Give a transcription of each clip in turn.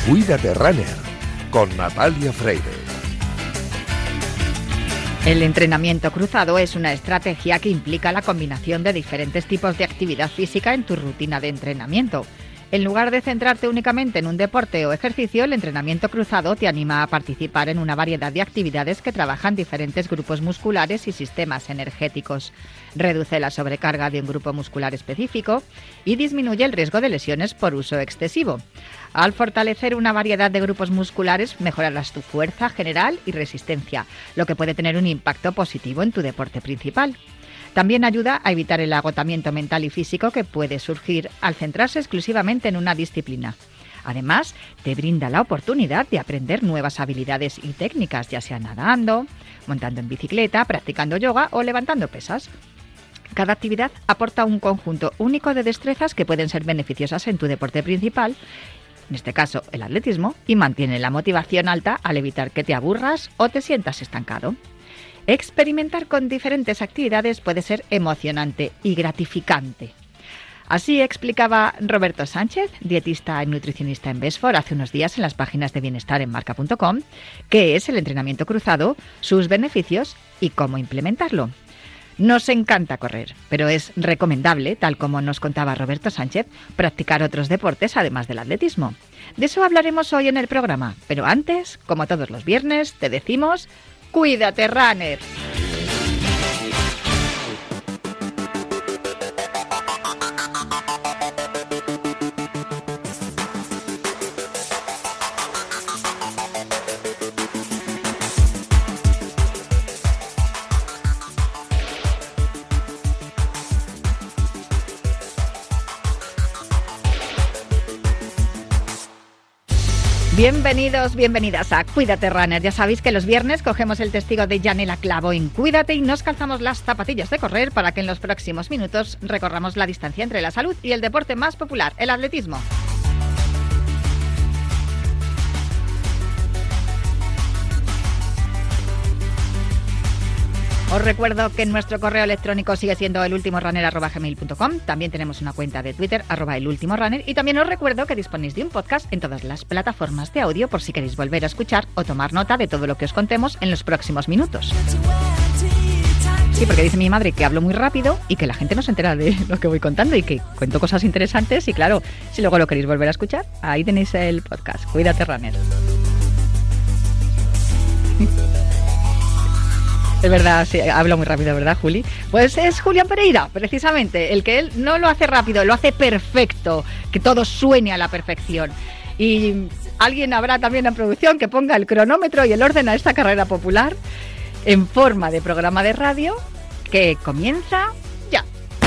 Cuídate Runner con Natalia Freire. El entrenamiento cruzado es una estrategia que implica la combinación de diferentes tipos de actividad física en tu rutina de entrenamiento. En lugar de centrarte únicamente en un deporte o ejercicio, el entrenamiento cruzado te anima a participar en una variedad de actividades que trabajan diferentes grupos musculares y sistemas energéticos. Reduce la sobrecarga de un grupo muscular específico y disminuye el riesgo de lesiones por uso excesivo. Al fortalecer una variedad de grupos musculares, mejorarás tu fuerza general y resistencia, lo que puede tener un impacto positivo en tu deporte principal. También ayuda a evitar el agotamiento mental y físico que puede surgir al centrarse exclusivamente en una disciplina. Además, te brinda la oportunidad de aprender nuevas habilidades y técnicas, ya sea nadando, montando en bicicleta, practicando yoga o levantando pesas. Cada actividad aporta un conjunto único de destrezas que pueden ser beneficiosas en tu deporte principal, en este caso el atletismo, y mantiene la motivación alta al evitar que te aburras o te sientas estancado. Experimentar con diferentes actividades puede ser emocionante y gratificante. Así explicaba Roberto Sánchez, dietista y nutricionista en Besfor, hace unos días en las páginas de bienestar en marca.com, qué es el entrenamiento cruzado, sus beneficios y cómo implementarlo. Nos encanta correr, pero es recomendable, tal como nos contaba Roberto Sánchez, practicar otros deportes además del atletismo. De eso hablaremos hoy en el programa, pero antes, como todos los viernes, te decimos: ¡cuídate, runner! Bienvenidos, bienvenidas a Cuídate Runner. Ya sabéis que los viernes cogemos el testigo de Yanela Clavo en Cuídate y nos calzamos las zapatillas de correr para que en los próximos minutos recorramos la distancia entre la salud y el deporte más popular, el atletismo. Os recuerdo que nuestro correo electrónico sigue siendo elultimorunner@gmail.com. También tenemos una cuenta de Twitter, @elultimorunner. Y también os recuerdo que disponéis de un podcast en todas las plataformas de audio por si queréis volver a escuchar o tomar nota de todo lo que os contemos en los próximos minutos. Sí, porque dice mi madre que hablo muy rápido y que la gente no se entera de lo que voy contando y que cuento cosas interesantes. Y claro, si luego lo queréis volver a escuchar, ahí tenéis el podcast. Cuídate, runner. Es verdad, sí, hablo muy rápido, ¿verdad, Juli? Pues es Julián Pereira, precisamente, el que él no lo hace rápido, lo hace perfecto, que todo suene a la perfección. Y alguien habrá también en producción que ponga el cronómetro y el orden a esta carrera popular en forma de programa de radio que comienza ya.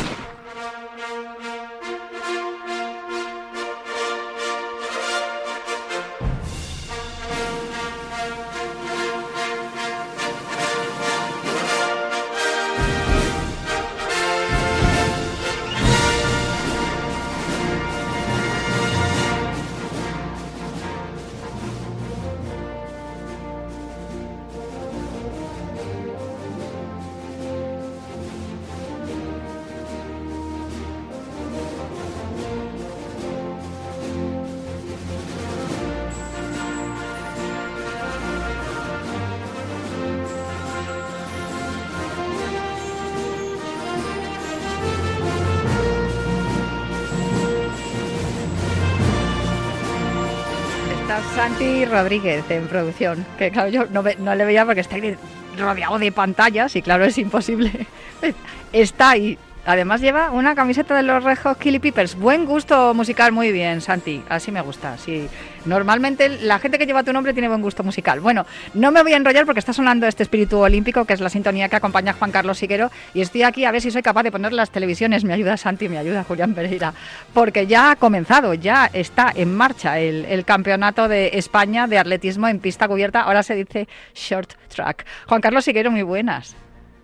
Santi Rodríguez en producción, que claro, yo no le veía porque está ahí rodeado de pantallas y claro, es imposible. Está ahí. Además lleva una camiseta de los Red Hot Chili Peppers. Buen gusto musical, muy bien, Santi. Así me gusta. Sí. Normalmente la gente que lleva tu nombre tiene buen gusto musical. Bueno, no me voy a enrollar porque está sonando este espíritu olímpico, que es la sintonía que acompaña a Juan Carlos Siguero, y estoy aquí a ver si soy capaz de poner las televisiones. Me ayuda Santi, me ayuda Julián Pereira, porque ya ha comenzado, ya está en marcha el campeonato de España de atletismo en pista cubierta. Ahora se dice short track. Juan Carlos Siguero, muy buenas.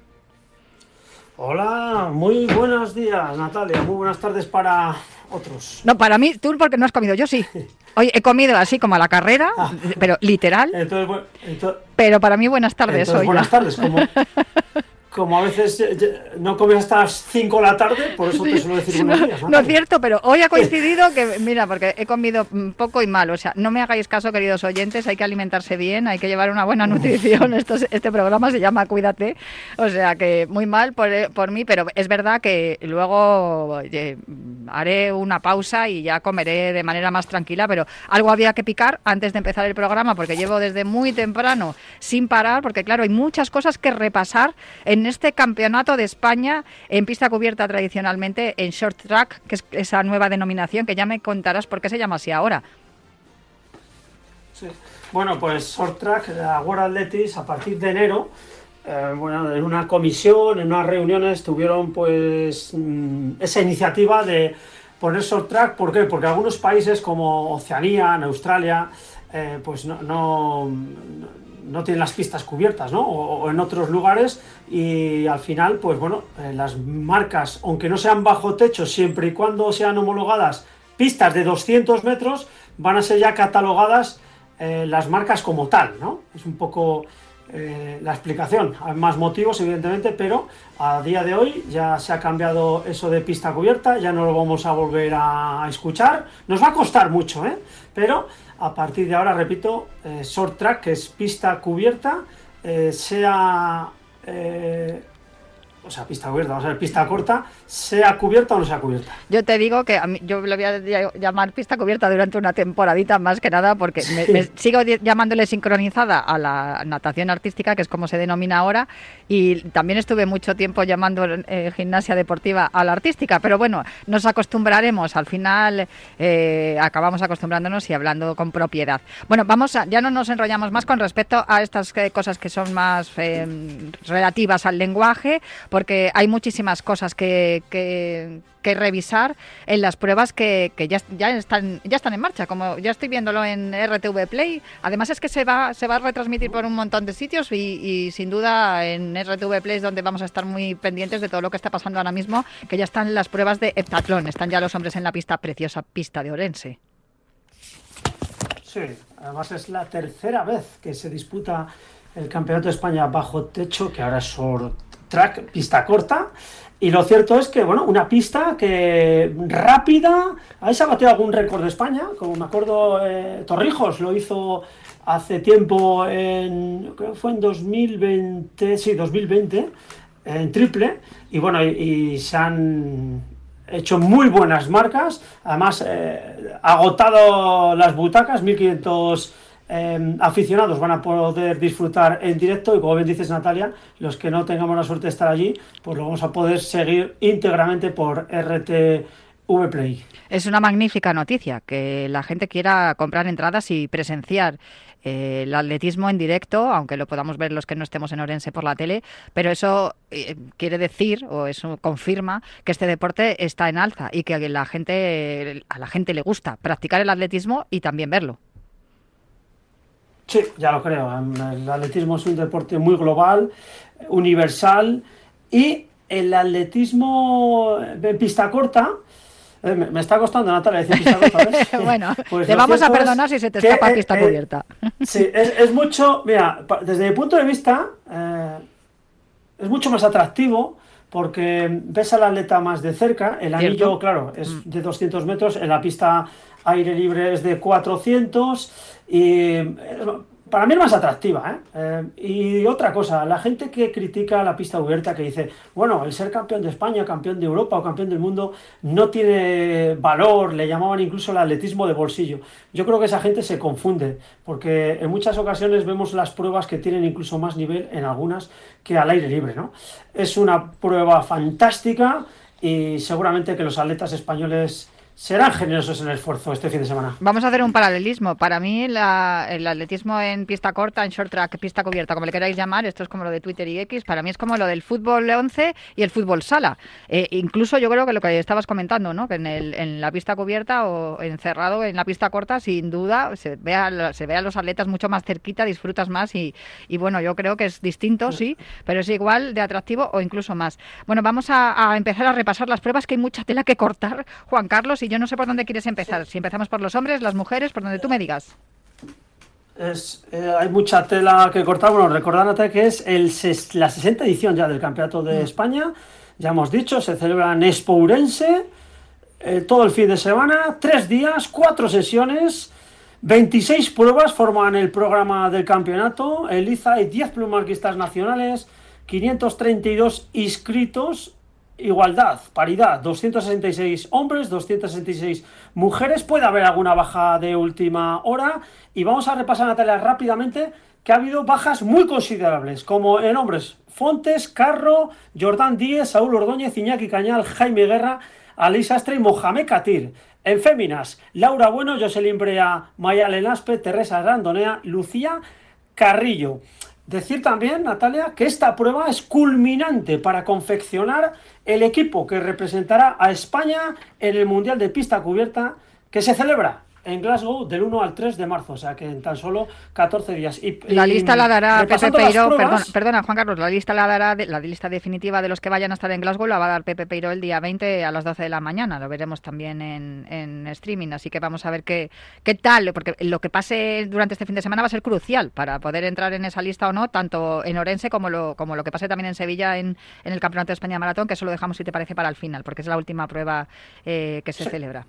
Hola, muy buenos días, Natalia. Muy buenas tardes para otros. No, para mí, tú porque no has comido, yo sí. Oye, he comido así como a la carrera, pero literal. Entonces, pero para mí buenas tardes hoy. Buenas tardes, como a veces no comes hasta las 5 de la tarde, por eso te suelo decir buenos días. No es cierto, pero hoy ha coincidido que, mira, porque he comido poco y mal. O sea, no me hagáis caso, queridos oyentes, hay que alimentarse bien, hay que llevar una buena nutrición. Este programa se llama Cuídate. O sea, que muy mal por mí, pero es verdad que luego haré una pausa y ya comeré de manera más tranquila, pero algo había que picar antes de empezar el programa, porque llevo desde muy temprano sin parar, porque claro, hay muchas cosas que repasar en este campeonato de España en pista cubierta tradicionalmente, en short track, que es esa nueva denominación, que ya me contarás por qué se llama así ahora. Sí. Bueno, pues short track, la World Athletics, a partir de enero, en una comisión, en unas reuniones, tuvieron pues esa iniciativa de poner short track. ¿Por qué? Porque algunos países como Oceanía, en Australia, pues no tienen las pistas cubiertas, ¿no? O en otros lugares, y al final, pues bueno, las marcas, aunque no sean bajo techo, siempre y cuando sean homologadas pistas de 200 metros, van a ser ya catalogadas las marcas como tal, ¿no? Es un poco la explicación. Hay más motivos, evidentemente, pero a día de hoy ya se ha cambiado eso de pista cubierta, ya no lo vamos a volver a escuchar. Nos va a costar mucho, pero a partir de ahora, repito, short track, que es pista cubierta, o sea, pista cubierta, vamos a ver, pista corta, sea cubierta o no sea cubierta. Yo te digo que yo le voy a llamar pista cubierta durante una temporadita, más que nada, porque me sigo llamándole sincronizada a la natación artística, que es como se denomina ahora, y también estuve mucho tiempo llamando gimnasia deportiva a la artística, pero bueno, nos acostumbraremos, al final acabamos acostumbrándonos y hablando con propiedad. Bueno, ya no nos enrollamos más con respecto a estas cosas que son más relativas al lenguaje, porque hay muchísimas cosas que revisar en las pruebas que ya están en marcha, como ya estoy viéndolo en RTV Play. Además es que se va a retransmitir por un montón de sitios y sin duda en RTV Play es donde vamos a estar muy pendientes de todo lo que está pasando ahora mismo, que ya están las pruebas de heptatlón, están ya los hombres en la preciosa pista de Orense. Sí, además es la tercera vez que se disputa el Campeonato de España bajo techo, que ahora es short track, pista corta, y lo cierto es que, bueno, una pista que rápida, ahí se ha batido algún récord de España, como me acuerdo, Torrijos lo hizo hace tiempo, creo que fue en 2020, en triple, y bueno, y se han hecho muy buenas marcas, además agotado las butacas, 1.500 aficionados van a poder disfrutar en directo, y como bien dices, Natalia, los que no tengamos la suerte de estar allí, pues lo vamos a poder seguir íntegramente por RTV Play. Es una magnífica noticia que la gente quiera comprar entradas y presenciar el atletismo en directo, aunque lo podamos ver los que no estemos en Orense por la tele, pero eso quiere decir, o eso confirma, que este deporte está en alza y que a la gente le gusta practicar el atletismo y también verlo. Sí, ya lo creo. El atletismo es un deporte muy global, universal, y el atletismo en pista corta, me está costando, Natalia, decir pista corta, ¿ves? Bueno, pues te vamos a perdonar si se te escapa pista cubierta. Sí, es mucho, mira, desde mi punto de vista, es mucho más atractivo, porque ves al atleta más de cerca. El anillo, ¿cierto? Claro, es de 200 metros, en la pista aire libre es de 400, y para mí es más atractiva, y otra cosa, la gente que critica la pista cubierta, que dice, bueno, el ser campeón de España, campeón de Europa o campeón del mundo no tiene valor, le llamaban incluso el atletismo de bolsillo. Yo creo que esa gente se confunde, porque en muchas ocasiones vemos las pruebas que tienen incluso más nivel en algunas que al aire libre, ¿no? Es una prueba fantástica, y seguramente que los atletas españoles serán generosos en el esfuerzo este fin de semana. Vamos a hacer un paralelismo. Para mí el atletismo en pista corta, en short track, pista cubierta, como le queráis llamar, esto es como lo de Twitter y X, para mí es como lo del fútbol 11 y el fútbol sala. Incluso yo creo que lo que estabas comentando, ¿no? Que en la pista cubierta o encerrado en la pista corta, sin duda, se ve a los atletas mucho más cerquita, disfrutas más y bueno, yo creo que es distinto, sí, pero es igual de atractivo o incluso más. Bueno, vamos a empezar a repasar las pruebas, que hay mucha tela que cortar, Juan Carlos, y yo no sé por dónde quieres empezar. Si empezamos por los hombres, las mujeres, por donde tú me digas. Hay mucha tela que cortar. Bueno, recordándote que es la 60ª edición ya del Campeonato de España. Ya hemos dicho, se celebra en Espourense todo el fin de semana, 3 días, 4 sesiones, 26 pruebas forman el programa del campeonato. En liza hay 10 plumarquistas nacionales, 532 inscritos. Igualdad, paridad, 266 hombres, 266 mujeres. Puede haber alguna baja de última hora. Y vamos a repasar, Natalia, rápidamente, que ha habido bajas muy considerables, como en hombres: Fontes, Carro, Jordán Díez, Saúl Ordóñez, Iñaki Cañal, Jaime Guerra, Aleix Astre y Mohamed Katir. En féminas, Laura Bueno, Jocelyn Brea, Mayalen Aspe, Teresa Randonea, Lucía Carrillo. Decir también, Natalia, que esta prueba es culminante para confeccionar el equipo que representará a España en el Mundial de Pista Cubierta, que se celebra en Glasgow del 1 al 3 de marzo, o sea que en tan solo 14 días. La lista la dará Pepe Peiro, perdona Juan Carlos, la lista la dará, la lista definitiva de los que vayan a estar en Glasgow la va a dar Pepe Peiro el día 20 a las 12 de la mañana, lo veremos también en streaming, así que vamos a ver qué tal, porque lo que pase durante este fin de semana va a ser crucial para poder entrar en esa lista o no, tanto en Orense como lo que pase también en Sevilla en el Campeonato de España de Maratón, que eso lo dejamos, si te parece, para el final, porque es la última prueba que se celebra.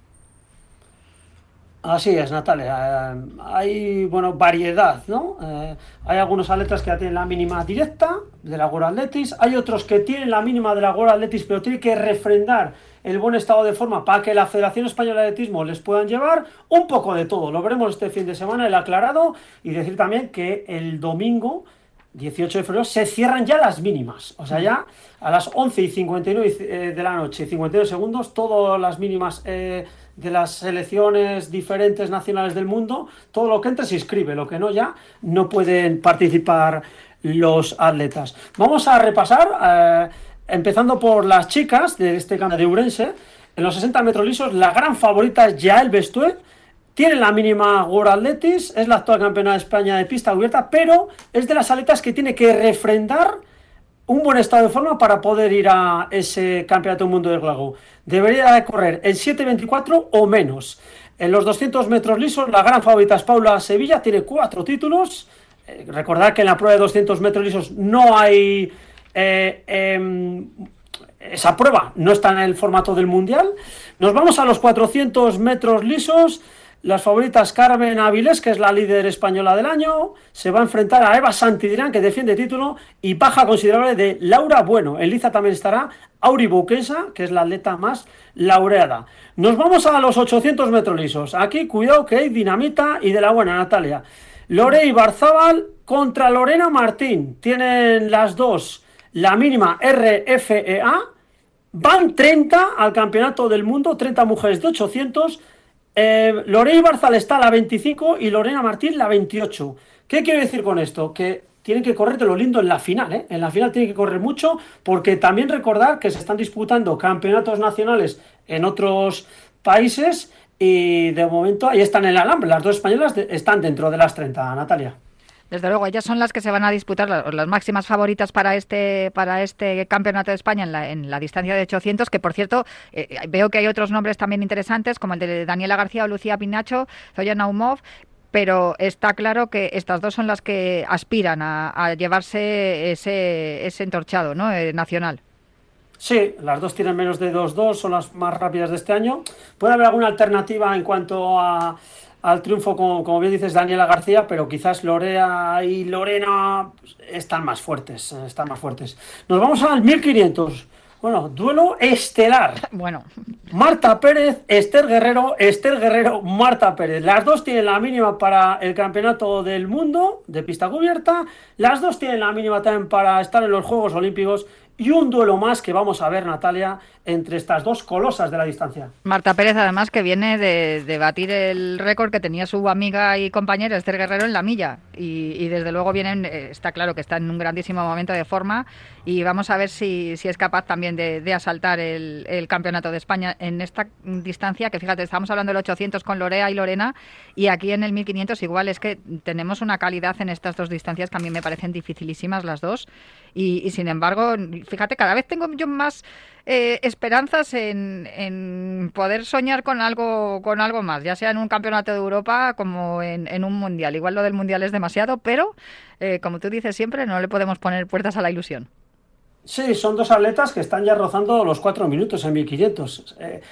Así es, Natalia. Hay, variedad, ¿no? Hay algunos atletas que ya tienen la mínima directa de la World Athletics, hay otros que tienen la mínima de la World Athletics, pero tienen que refrendar el buen estado de forma para que la Federación Española de Atletismo les puedan llevar un poco de todo. Lo veremos este fin de semana, el aclarado, y decir también que el domingo 18 de febrero se cierran ya las mínimas, o sea, ya a las 11:59 de la noche, 59 segundos, todas las mínimas de las selecciones diferentes nacionales del mundo, todo lo que entre se inscribe, lo que no, ya no pueden participar los atletas. Vamos a repasar, empezando por las chicas de este campeonato de Ourense. En los 60 metros lisos, la gran favorita es Yael Bestué. Tiene la mínima World Athletics, es la actual campeona de España de pista cubierta, pero es de las atletas que tiene que refrendar un buen estado de forma para poder ir a ese campeonato del mundo de Glasgow. Debería de correr el 7:24 o menos. En los 200 metros lisos, la gran favorita es Paula Sevilla, tiene 4 títulos. Recordad que en la prueba de 200 metros lisos no hay... esa prueba no está en el formato del mundial. Nos vamos a los 400 metros lisos. Las favoritas: Carmen Avilés, que es la líder española del año, se va a enfrentar a Eva Santidrán, que defiende título, y baja considerable de Laura Bueno. En liza también estará Auri Buquesa, que es la atleta más laureada. Nos vamos a los 800 metros lisos. Aquí, cuidado, que hay dinamita y de la buena, Natalia. Lore Ibarzábal contra Lorena Martín. Tienen las dos la mínima RFEA. Van 30 al campeonato del mundo, 30 mujeres de 800. Lorena Ibarzal está a la 25 y Lorena Martín la 28. ¿Qué quiero decir con esto? Que tienen que correr de lo lindo en la final, ¿eh? En la final tienen que correr mucho, porque también recordar que se están disputando campeonatos nacionales en otros países y de momento ahí están en el alambre. Las dos españolas están dentro de las 30, Natalia. Desde luego, ellas son las que se van a disputar, las máximas favoritas para este Campeonato de España en la distancia de 800, que por cierto, veo que hay otros nombres también interesantes, como el de Daniela García o Lucía Pinacho, Zoya Naumov, pero está claro que estas dos son las que aspiran a llevarse ese entorchado, ¿no? Nacional. Sí, las dos tienen menos de 2:2, son las más rápidas de este año. Puede haber alguna alternativa en cuanto al triunfo, como bien dices, Daniela García, pero quizás Lorea y Lorena están más fuertes. Nos vamos al 1500. Bueno, duelo estelar. Bueno. Marta Pérez, Esther Guerrero, Marta Pérez. Las dos tienen la mínima para el campeonato del mundo de pista cubierta. Las dos tienen la mínima también para estar en los Juegos Olímpicos. Y un duelo más que vamos a ver, Natalia, entre estas dos colosas de la distancia. Marta Pérez, además, que viene de batir el récord que tenía su amiga y compañera Esther Guerrero en la milla. Y desde luego está claro que está en un grandísimo momento de forma. Y vamos a ver si es capaz también de asaltar el Campeonato de España en esta distancia, que fíjate, estamos hablando del 800 con Lorea y Lorena, y aquí en el 1500 igual. Es que tenemos una calidad en estas dos distancias que a mí me parecen dificilísimas las dos. y sin embargo, fíjate, cada vez tengo yo más esperanzas en poder soñar con algo más, ya sea en un campeonato de Europa como en un mundial. Igual lo del mundial es demasiado, pero como tú dices siempre, no le podemos poner puertas a la ilusión. Sí, son dos atletas que están ya rozando los 4 minutos en 1500.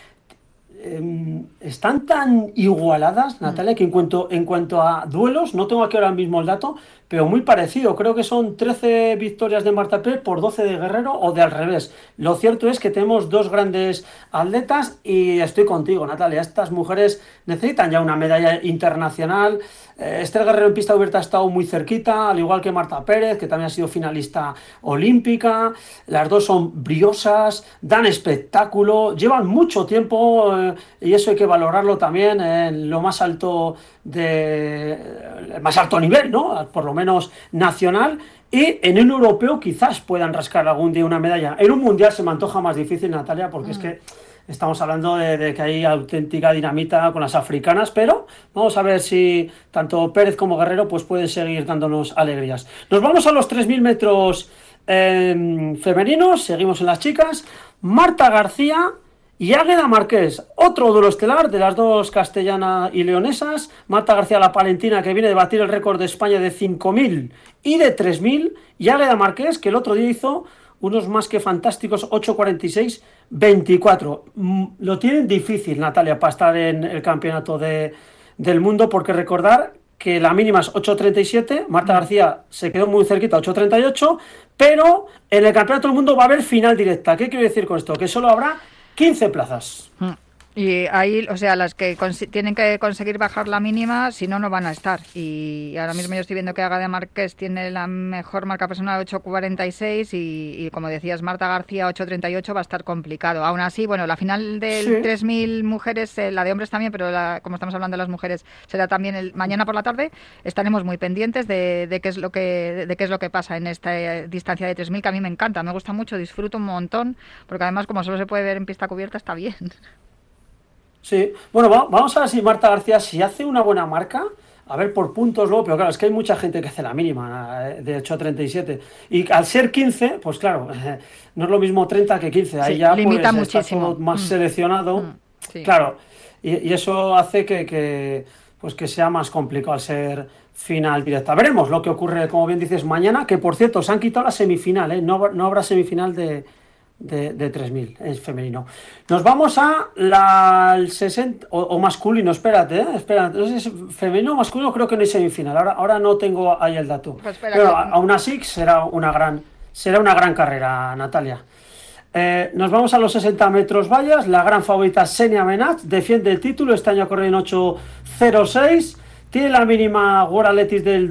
Están tan igualadas, Natalia, que en cuanto a duelos, no tengo aquí ahora mismo el dato, pero muy parecido. Creo que son 13 victorias de Marta Pérez por 12 de Guerrero o de al revés. Lo cierto es que tenemos dos grandes atletas y estoy contigo, Natalia. Estas mujeres necesitan ya una medalla internacional. Esther Guerrero en pista abierta ha estado muy cerquita, al igual que Marta Pérez, que también ha sido finalista olímpica. Las dos son briosas, dan espectáculo, llevan mucho tiempo y eso hay que valorarlo también en lo más alto más alto nivel, ¿no? Por lo menos nacional. Y en un europeo quizás puedan rascar algún día una medalla. En un mundial se me antoja más difícil, Natalia, porque es que estamos hablando de que hay auténtica dinamita con las africanas, pero vamos a ver si tanto Pérez como Guerrero pues pueden seguir dándonos alegrías. Nos vamos a los 3.000 metros femeninos, seguimos en las chicas. Marta García y Águeda Marqués, otro duelo estelar de las dos castellanas y leonesas. Marta García, la palentina, que viene de batir el récord de España de 5.000 y de 3.000, y Águeda Marqués, que el otro día hizo unos más que fantásticos 8.46.24. Lo tienen difícil, Natalia, para estar en el campeonato del mundo, porque recordar que la mínima es 8.37, Marta García se quedó muy cerquita, 8.38, pero en el campeonato del mundo va a haber final directa. ¿Qué quiero decir con esto? Que solo habrá 15 plazas. Y ahí, o sea, las que tienen que conseguir bajar la mínima, si no, no van a estar. Y ahora mismo yo estoy viendo que Águeda Márquez tiene la mejor marca personal, 8.46, y como decías, Marta García, 8.38, va a estar complicado. Aún así, bueno, la final del 3.000 mujeres, la de hombres también, pero como estamos hablando de las mujeres, será también mañana por la tarde. Estaremos muy pendientes de qué es lo que pasa en esta distancia de 3.000, que a mí me encanta, me gusta mucho, disfruto un montón, porque además, como solo se puede ver en pista cubierta, está bien. Sí, bueno, vamos a ver si Marta García, si hace una buena marca, a ver por puntos luego, pero claro, es que hay mucha gente que hace la mínima de 8.37 y al ser 15, pues claro, no es lo mismo 30 que 15, ahí ya limita pues, muchísimo. Está todo más seleccionado, sí. Claro, y eso hace que sea más complicado al ser final directa. Veremos lo que ocurre, como bien dices, mañana, que por cierto, se han quitado la semifinal, no habrá semifinal de 3.000, es femenino. Nos vamos al 60 o masculino, espérate, no sé si femenino o masculino, creo que no hay semifinal, ahora no tengo ahí el dato, pues pero aún así será una gran carrera, Natalia. Nos vamos a los 60 metros vallas. La gran favorita Xenia Menach defiende el título, este año corre en 8.06, tiene la mínima World Athletics del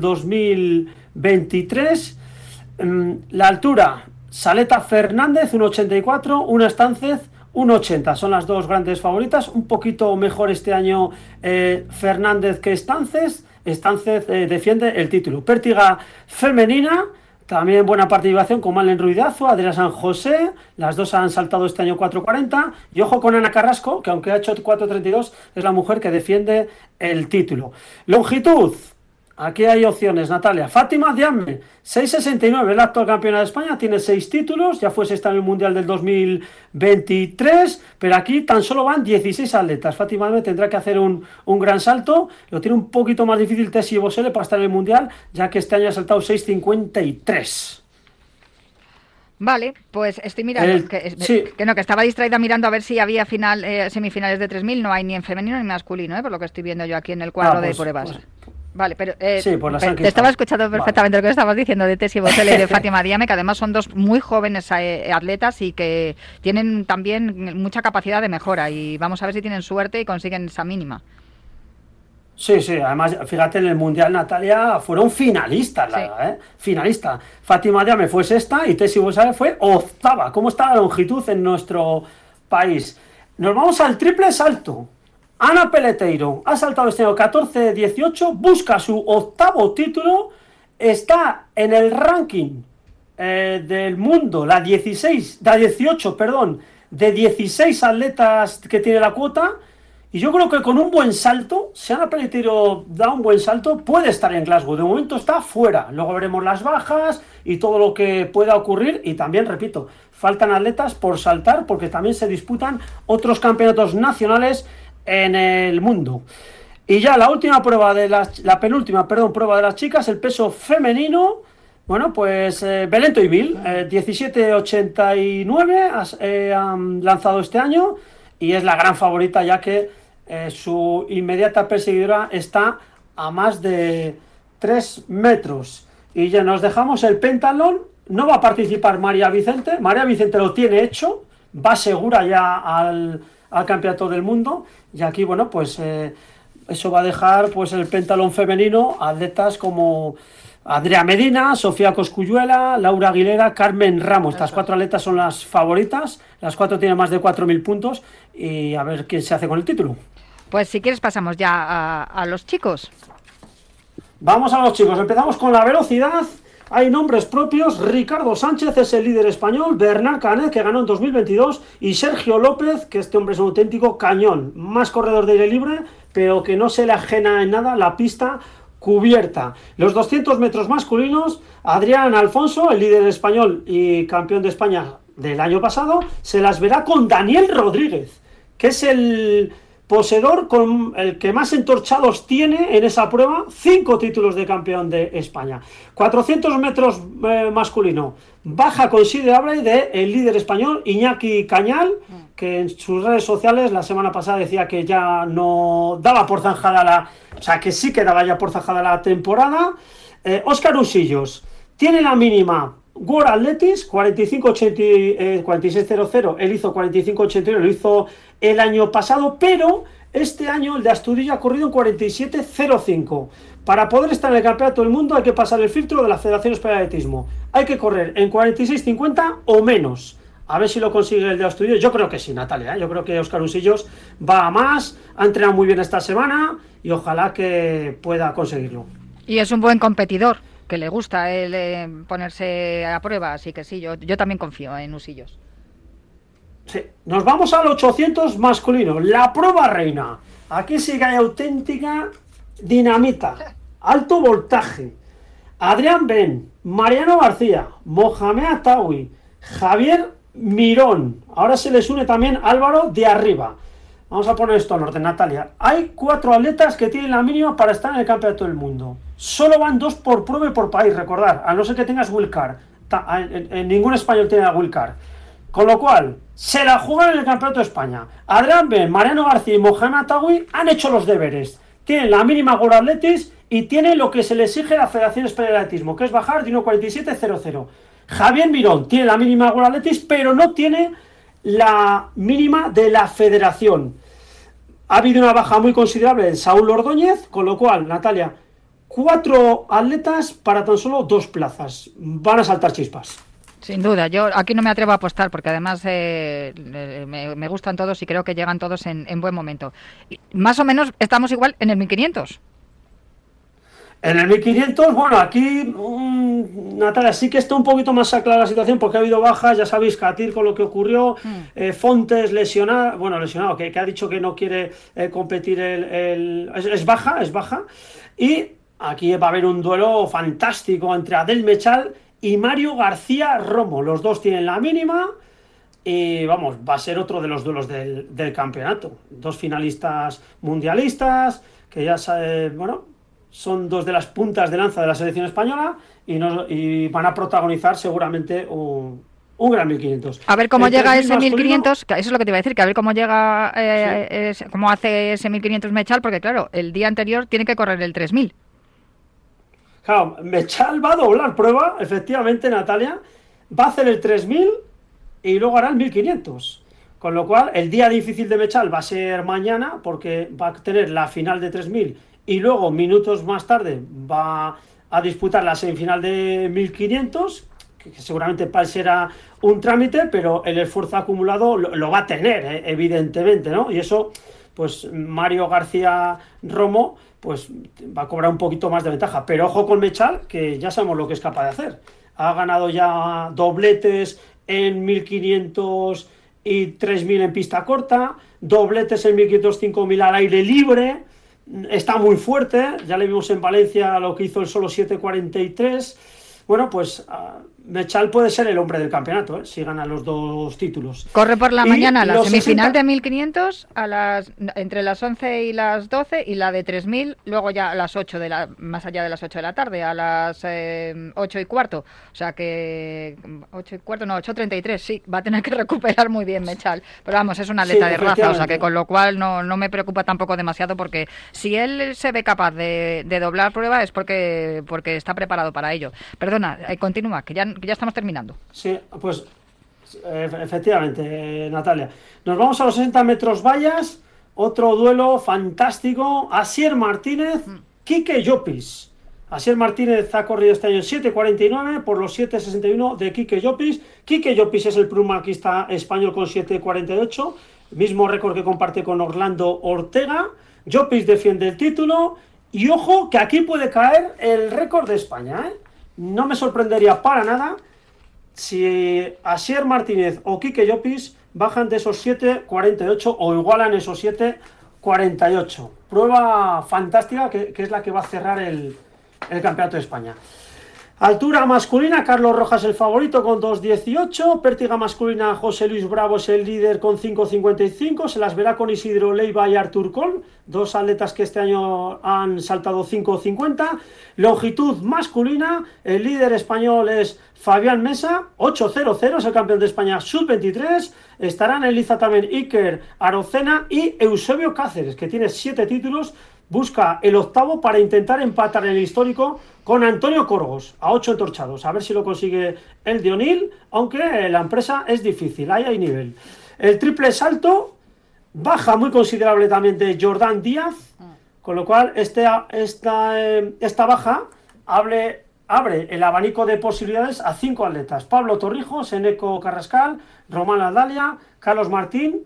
2023. La altura, Saleta Fernández, 1.84, una Estánchez, 1.80. Son las dos grandes favoritas. Un poquito mejor este año Fernández que Estánchez. Estáncez defiende el título. Pértiga femenina, también buena participación con Malen Ruidazo, Adriana San José. Las dos han saltado este año 4.40. Y ojo con Ana Carrasco, que aunque ha hecho 4.32, es la mujer que defiende el título. Longitud. Aquí hay opciones, Natalia. Fátima Diame, 6.69, el actual campeona de España, tiene 6 títulos, ya fue sexta en el Mundial del 2023, pero aquí tan solo van 16 atletas. Fátima Diame tendrá que hacer un gran salto, lo tiene un poquito más difícil Tessie Bosele para estar en el Mundial, ya que este año ha saltado 6.53. Vale, pues estoy mirando, que estaba distraída mirando a ver si había semifinales de 3.000, no hay ni en femenino ni en masculino, por lo que estoy viendo yo aquí en el cuadro de pruebas. Vale, pero te estaba escuchando perfectamente lo que estabas diciendo de Tessie Bosele y de Fátima Diame, que además son dos muy jóvenes atletas y que tienen también mucha capacidad de mejora, y vamos a ver si tienen suerte y consiguen esa mínima. Sí, además, fíjate, en el Mundial, Natalia, fueron finalistas, finalista. Fátima Diame fue sexta y Tessie Bosele fue octava. ¿Cómo está la longitud en nuestro país? Nos vamos al triple salto. Ana Peleteiro ha saltado este año 14-18, busca su octavo título, está en el ranking del mundo, la 18, de 16 atletas que tiene la cuota, Y yo creo que con un buen salto, si Ana Pelletiero da un buen salto, puede estar en Glasgow. De momento está fuera. Luego veremos las bajas y todo lo que pueda ocurrir. Y también, repito, faltan atletas por saltar porque también se disputan otros campeonatos nacionales en el mundo. Y ya la última prueba la penúltima, prueba de las chicas, el peso femenino. Bueno, pues Belén Toivil, 17,89 han lanzado este año y es la gran favorita, ya que su inmediata perseguidora está a más de 3 metros. Y ya nos dejamos el pentalón. No va a participar María Vicente. María Vicente lo tiene hecho, va segura ya al campeonato del mundo. Y aquí, bueno, pues eso va a dejar pues el pentalón femenino a atletas como Andrea Medina, Sofía Cosculluela, Laura Aguilera, Carmen Ramos. Estas 4 atletas son las favoritas. Las 4 tienen más de 4.000 puntos. Y a ver quién se hace con el título. Pues si quieres pasamos ya a los chicos. Vamos a los chicos. Empezamos con la velocidad. Hay nombres propios. Ricardo Sánchez es el líder español. Bernard Canet, que ganó en 2022. Y Sergio López, que este hombre es un auténtico cañón. Más corredor de aire libre, pero que no se le ajena en nada la pista cubierta. Los 200 metros masculinos, Adrián Alfonso, el líder español y campeón de España del año pasado, se las verá con Daniel Rodríguez, que es el poseedor con el que más entorchados tiene en esa prueba, 5 títulos de campeón de España. 400 metros masculino, baja considerable de el líder español Iñaki Cañal, que en sus redes sociales la semana pasada decía que ya no daba por zanjada o sea, que sí que daba ya por zanjada la temporada. Óscar Usillos tiene la mínima World Athletics 46.00, él hizo 45.81, lo hizo el año pasado, pero este año el de Astudillo ha corrido en 47.05. Para poder estar en el campeonato del mundo hay que pasar el filtro de la Federación Española de Atletismo. Hay que correr en 46.50 o menos. A ver si lo consigue el de Astudillo. Yo creo que sí, Natalia, ¿eh? Yo creo que Óscar Usillos va a más, ha entrenado muy bien esta semana y ojalá que pueda conseguirlo. Y es un buen competidor, que le gusta ponerse a prueba, así que sí, yo también confío en Usillos. Sí. Nos vamos al 800 masculino, la prueba reina. Aquí sí que hay auténtica dinamita, alto voltaje. Adrián Ben, Mariano García, Mohamed Atawi, Javier Mirón. Ahora se les une también Álvaro de Arriba. Vamos a poner esto en orden, Natalia. Hay 4 atletas que tienen la mínima para estar en el campeonato del mundo. Solo van 2 por prueba y por país, recordar, a no ser que tengas wildcard. En ningún español tiene la wildcard. Con lo cual, se la juegan en el campeonato de España. Adrián Ben, Mariano García y Mohamed Atawi han hecho los deberes. Tienen la mínima World Athletics y tienen lo que se le exige a la Federación Española de Atletismo, que es bajar de 1.47.00. Javier Mirón tiene la mínima World Athletics, pero no tiene la mínima de la Federación. Ha habido una baja muy considerable de Saúl Ordóñez, con lo cual, Natalia, 4 atletas para tan solo 2 plazas. Van a saltar chispas. Sin duda, yo aquí no me atrevo a apostar porque además me gustan todos y creo que llegan todos en buen momento. Y más o menos estamos igual en el 1500. En el 1500, bueno, aquí Natalia, sí que está un poquito más aclarada la situación porque ha habido bajas, ya sabéis, Catir con lo que ocurrió, Fontes lesionado, que ha dicho que no quiere competir, es baja, y aquí va a haber un duelo fantástico entre Adel Mechal y Mario García Romo. Los dos tienen la mínima y vamos, va a ser otro de los duelos del campeonato. 2 finalistas mundialistas que ya son 2 de las puntas de lanza de la selección española y van a protagonizar seguramente un gran 1500. A ver cómo llega ese 1500, eso es lo que te iba a decir, que a ver cómo llega, cómo hace ese 1500 Mechal, porque claro, el día anterior tiene que correr el 3000. Claro, Mechal va a doblar prueba, efectivamente, Natalia, va a hacer el 3000 y luego hará el 1500. Con lo cual, el día difícil de Mechal va a ser mañana, porque va a tener la final de 3000 y luego, minutos más tarde, va a disputar la semifinal de 1500, que seguramente será un trámite, pero el esfuerzo acumulado lo va a tener, evidentemente, ¿no? Y eso, pues Mario García Romo, pues va a cobrar un poquito más de ventaja. Pero ojo con Mechal, que ya sabemos lo que es capaz de hacer. Ha ganado ya dobletes en 1500 y 3.000 en pista corta, dobletes en 1.500, 5.000 al aire libre, está muy fuerte, ya le vimos en Valencia lo que hizo el solo 7.43. Bueno, pues Mechal puede ser el hombre del campeonato, si gana los 2 títulos. Corre por la mañana la semifinal 60... de 1.500 entre las 11 y las 12 y la de 3.000 luego ya a las 8 más allá de las 8 de la tarde, a las 8:15. O sea que 8:15, no, 8:33, sí, va a tener que recuperar muy bien Mechal. Pero vamos, es un atleta de raza, o sea que con lo cual no me preocupa tampoco demasiado, porque si él se ve capaz de doblar prueba es porque está preparado para ello. Perdona, continúa, que ya estamos terminando. Sí, pues efectivamente, Natalia. Nos vamos a los 60 metros vallas, otro duelo fantástico, Asier Martínez, Quique Llopis. Asier Martínez ha corrido este año en 7.49 por los 7.61 de Quique Llopis. Quique Llopis es el plumarquista español con 7.48, mismo récord que comparte con Orlando Ortega. Llopis defiende el título y ojo que aquí puede caer el récord de España, ¿eh? No me sorprendería para nada si Asier Martínez o Quique Llopis bajan de esos 7.48 o igualan esos 7.48. Prueba fantástica que es la que va a cerrar el Campeonato de España. Altura masculina, Carlos Rojas el favorito con 2.18, pértiga masculina, José Luis Bravo es el líder con 5.55, se las verá con Isidro Leiva y Artur Coll, 2 atletas que este año han saltado 5.50, longitud masculina, el líder español es Fabián Mesa, 8.00, es el campeón de España sub-23, estarán en liza también Iker Arocena y Eusebio Cáceres, que tiene 7 títulos, busca el 8º para intentar empatar el histórico con Antonio Corgos, a 8 entorchados. A ver si lo consigue el de O'Neill, aunque la empresa es difícil, ahí hay nivel. El triple salto baja muy considerablemente Jordán Díaz, con lo cual esta baja abre el abanico de posibilidades a 5 atletas. Pablo Torrijos, Eneco Carrascal, Román Aldalia, Carlos Martín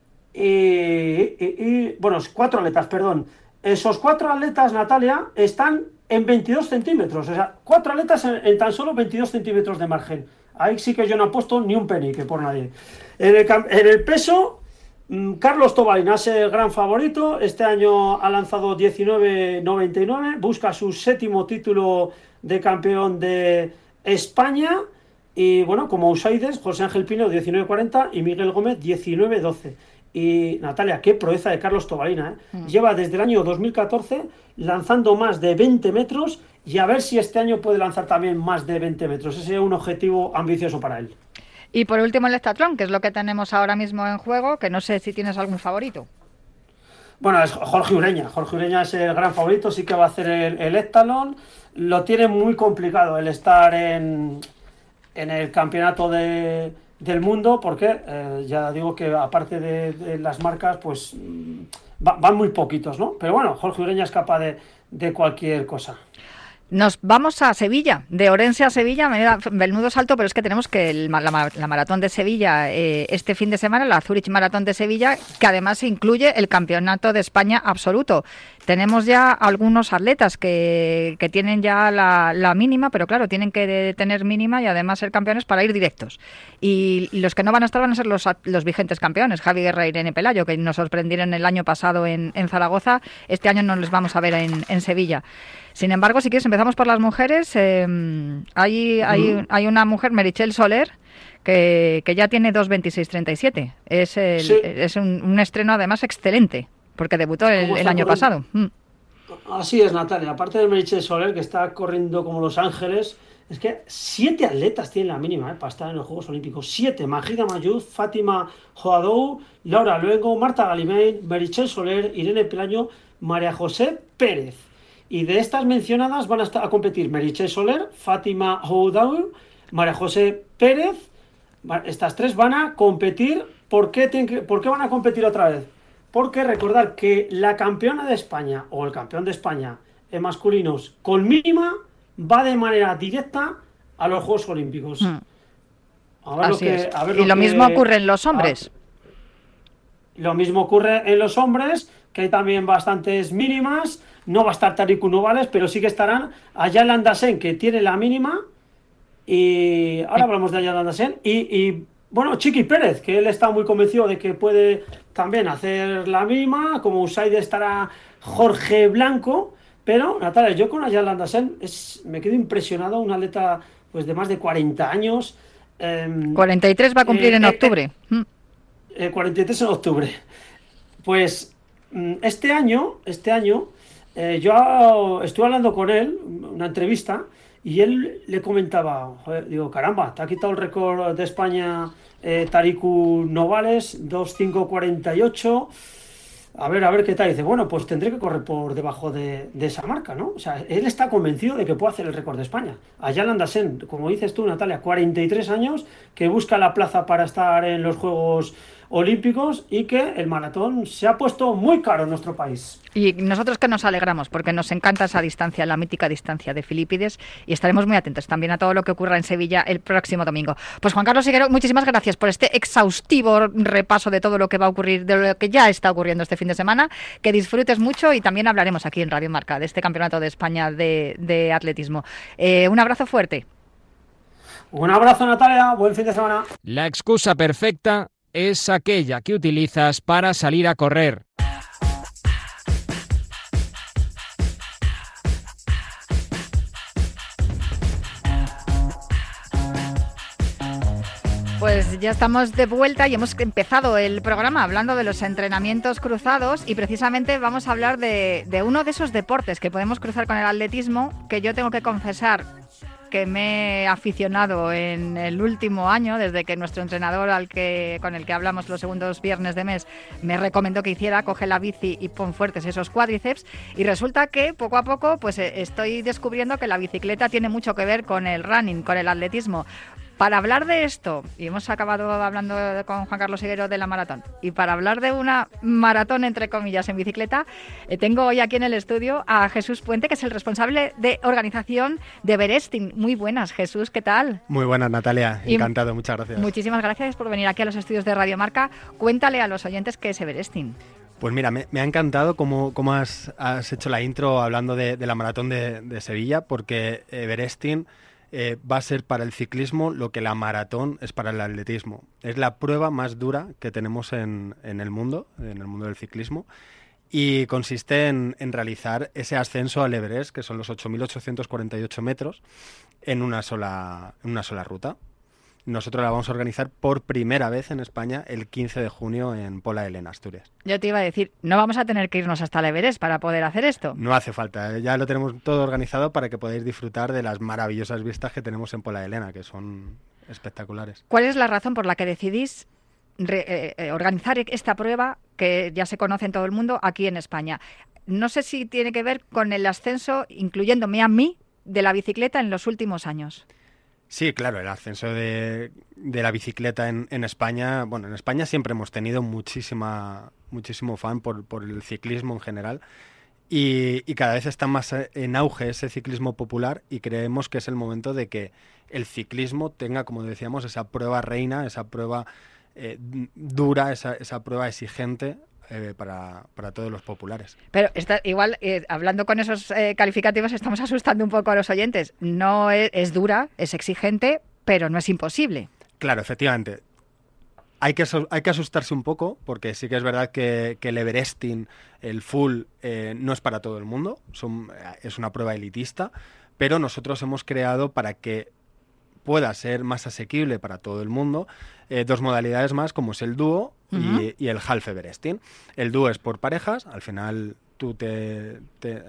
y 4 atletas, perdón. Esos 4 atletas, Natalia, están en 22 centímetros. O sea, 4 atletas en tan solo 22 centímetros de margen. Ahí sí que yo no he puesto ni un penique por nadie. En el peso, Carlos Tobalina es el gran favorito. Este año ha lanzado 19.99. Busca su 7º título de campeón de España. Y bueno, como outsiders, José Ángel Pino 19.40 y Miguel Gómez 19.12. Y Natalia, qué proeza de Carlos Tobalina, ¿eh? Lleva desde el año 2014 lanzando más de 20 metros y a ver si este año puede lanzar también más de 20 metros. Ese es un objetivo ambicioso para él. Y por último el heptatlón, que es lo que tenemos ahora mismo en juego, que no sé si tienes algún favorito. Bueno, es Jorge Ureña. Jorge Ureña es el gran favorito, sí que va a hacer el heptatlón. Lo tiene muy complicado el estar en el campeonato del mundo, porque ya digo que aparte de las marcas, pues van muy poquitos, ¿no? Pero bueno, Jorge Ureña es capaz de cualquier cosa. Nos vamos a Sevilla, de Orense a Sevilla, menudo salto, pero es que tenemos que la maratón de Sevilla este fin de semana, la Zurich Maratón de Sevilla, que además incluye el Campeonato de España absoluto. Tenemos ya algunos atletas que tienen ya la mínima, pero claro, tienen que tener mínima y además ser campeones para ir directos. Y los que no van a estar van a ser los vigentes campeones, Javi Guerra e Irene Pelayo, que nos sorprendieron el año pasado en Zaragoza. Este año no les vamos a ver en Sevilla. Sin embargo, si quieres, empezamos por las mujeres. Hay una mujer, Meritxell Soler, que ya tiene 2.26.37. Es un estreno además excelente, porque debutó el año pasado. Así es, Natalia. Aparte de Meritxell Soler, que está corriendo como Los Ángeles, es que 7 atletas tienen la mínima para estar en los Juegos Olímpicos. 7. Magida Mayuz, Fátima Joadou, Laura Luengo, Marta Galimain, Meritxell Soler, Irene Pelayo, María José Pérez. Y de estas mencionadas van a competir Meritxell Soler, Fátima Joadou, María José Pérez. Estas 3 van a competir. ¿Por qué van a competir otra vez? Porque recordar que la campeona de España o el campeón de España en masculinos con mínima va de manera directa a los Juegos Olímpicos. Lo mismo ocurre en los hombres. Lo mismo ocurre en los hombres, que hay también bastantes mínimas. No va a estar Tariku Novales, pero sí que estarán Ayala Andersen, que tiene la mínima. Y ahora hablamos de Ayala Andersen. Y Bueno, Chiqui Pérez, que él está muy convencido de que puede también hacer la misma, como Usaid estará Jorge Blanco, pero Natalia, yo con Ayala Andersen me quedo impresionado, un atleta pues de más de 40 años. eh, 43 va a cumplir en eh, octubre. 43 en octubre. Pues este año yo estuve hablando con él, una entrevista, y él le comentaba, joder, digo, caramba, te ha quitado el récord de España Tariku Novales, 2:5:48. A ver qué tal. Dice, bueno, pues tendré que correr por debajo de esa marca, ¿no? O sea, él está convencido de que puede hacer el récord de España. Ayala Andersen, como dices tú, Natalia, 43 años, que busca la plaza para estar en los Juegos Olímpicos y que el maratón se ha puesto muy caro en nuestro país. Y nosotros que nos alegramos, porque nos encanta esa distancia, la mítica distancia de Filipides, y estaremos muy atentos también a todo lo que ocurra en Sevilla el próximo domingo. Pues Juan Carlos Higuero, muchísimas gracias por este exhaustivo repaso de todo lo que va a ocurrir, de lo que ya está ocurriendo este fin de semana. Que disfrutes mucho y también hablaremos aquí en Radio Marca de este Campeonato de España de atletismo. Un abrazo fuerte. Un abrazo, Natalia, buen fin de semana. La excusa perfecta es aquella que utilizas para salir a correr. Pues ya estamos de vuelta y hemos empezado el programa hablando de los entrenamientos cruzados y precisamente vamos a hablar de uno de esos deportes que podemos cruzar con el atletismo, que yo tengo que confesar que me he aficionado en el último año, desde que nuestro entrenador con el que hablamos los segundos viernes de mes me recomendó que hiciera, coge la bici y pon fuertes esos cuádriceps, y resulta que poco a poco pues estoy descubriendo que la bicicleta tiene mucho que ver con el running, con el atletismo. Para hablar de esto, y hemos acabado hablando con Juan Carlos Higuero de la maratón, y para hablar de una maratón, entre comillas, en bicicleta, tengo hoy aquí en el estudio a Jesús Puente, que es el responsable de organización de Everesting. Muy buenas, Jesús, ¿qué tal? Muy buenas, Natalia, encantado, muchas gracias. Muchísimas gracias por venir aquí a los estudios de Radio Marca. Cuéntale a los oyentes qué es Everesting. Pues mira, me ha encantado cómo has hecho la intro hablando de la maratón de Sevilla, porque Everesting va a ser para el ciclismo lo que la maratón es para el atletismo. Es la prueba más dura que tenemos en el mundo del ciclismo, y consiste en realizar ese ascenso al Everest, que son los 8.848 metros, en una sola ruta. Nosotros la vamos a organizar por primera vez en España el 15 de junio en Pola de Lena, Asturias. Yo te iba a decir, no vamos a tener que irnos hasta el Everest para poder hacer esto. No hace falta, ya lo tenemos todo organizado para que podáis disfrutar de las maravillosas vistas que tenemos en Pola de Lena, que son espectaculares. ¿Cuál es la razón por la que decidís organizar esta prueba que ya se conoce en todo el mundo aquí en España? No sé si tiene que ver con el ascenso, incluyéndome a mí, de la bicicleta en los últimos años. Sí, claro, el ascenso de la bicicleta en España, bueno, en España siempre hemos tenido muchísimo fan por el ciclismo en general, y cada vez está más en auge ese ciclismo popular, y creemos que es el momento de que el ciclismo tenga, como decíamos, esa prueba reina, esa prueba dura, esa prueba exigente para todos los populares. Pero igual, hablando con esos calificativos, estamos asustando un poco a los oyentes. No es dura, es exigente, pero no es imposible. Claro, efectivamente. Hay que asustarse un poco, porque sí que es verdad que el Everesting, el full, no es para todo el mundo. Es una prueba elitista, pero nosotros hemos creado, para que pueda ser más asequible para todo el mundo, dos modalidades más, como es el dúo y el half Everesting. El dúo es por parejas, al final tú te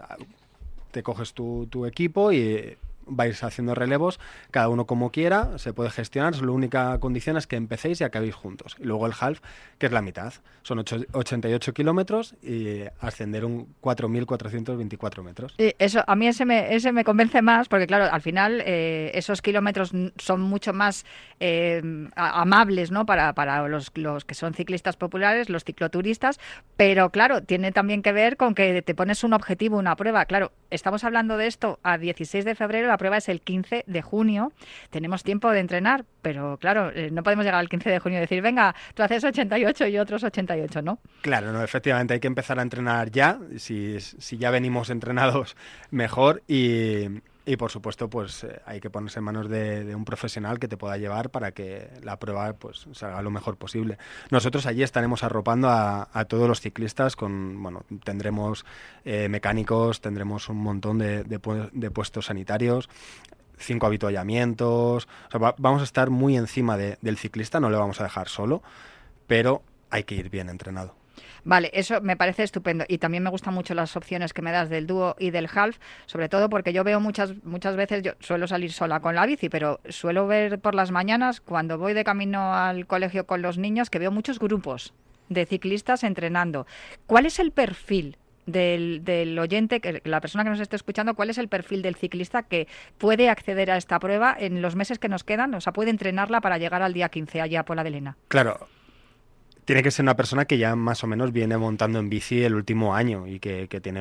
coges tu equipo y vais haciendo relevos, cada uno como quiera, se puede gestionar, la única condición es que empecéis y acabéis juntos. Y luego el half, que es la mitad, son 88 kilómetros y ascender un 4.424 metros. Eso, a mí ese me convence más, porque claro, al final esos kilómetros son mucho más amables, ¿no? para los que son ciclistas populares, los cicloturistas, pero claro, tiene también que ver con que te pones un objetivo, una prueba. Claro, estamos hablando de esto a 16 de febrero, la prueba es el 15 de junio, tenemos tiempo de entrenar, pero claro, no podemos llegar al 15 de junio y decir, venga, tú haces 88 y otros 88, ¿no? Claro, no, efectivamente, hay que empezar a entrenar ya, si ya venimos entrenados mejor, y Y por supuesto, pues hay que ponerse en manos de un profesional que te pueda llevar para que la prueba pues salga lo mejor posible. Nosotros allí estaremos arropando a todos los ciclistas tendremos mecánicos, tendremos un montón de puestos sanitarios, 5 avituallamientos, vamos a estar muy encima del ciclista, no le vamos a dejar solo, pero hay que ir bien entrenado. Vale, eso me parece estupendo y también me gustan mucho las opciones que me das del dúo y del half, sobre todo porque yo veo muchas veces, yo suelo salir sola con la bici, pero suelo ver por las mañanas cuando voy de camino al colegio con los niños que veo muchos grupos de ciclistas entrenando. ¿Cuál es el perfil del oyente, que la persona que nos esté escuchando, cuál es el perfil del ciclista que puede acceder a esta prueba en los meses que nos quedan? O sea, puede entrenarla para llegar al día 15 allá a Pola de Lena. Claro. Tiene que ser una persona que ya más o menos viene montando en bici el último año y que tiene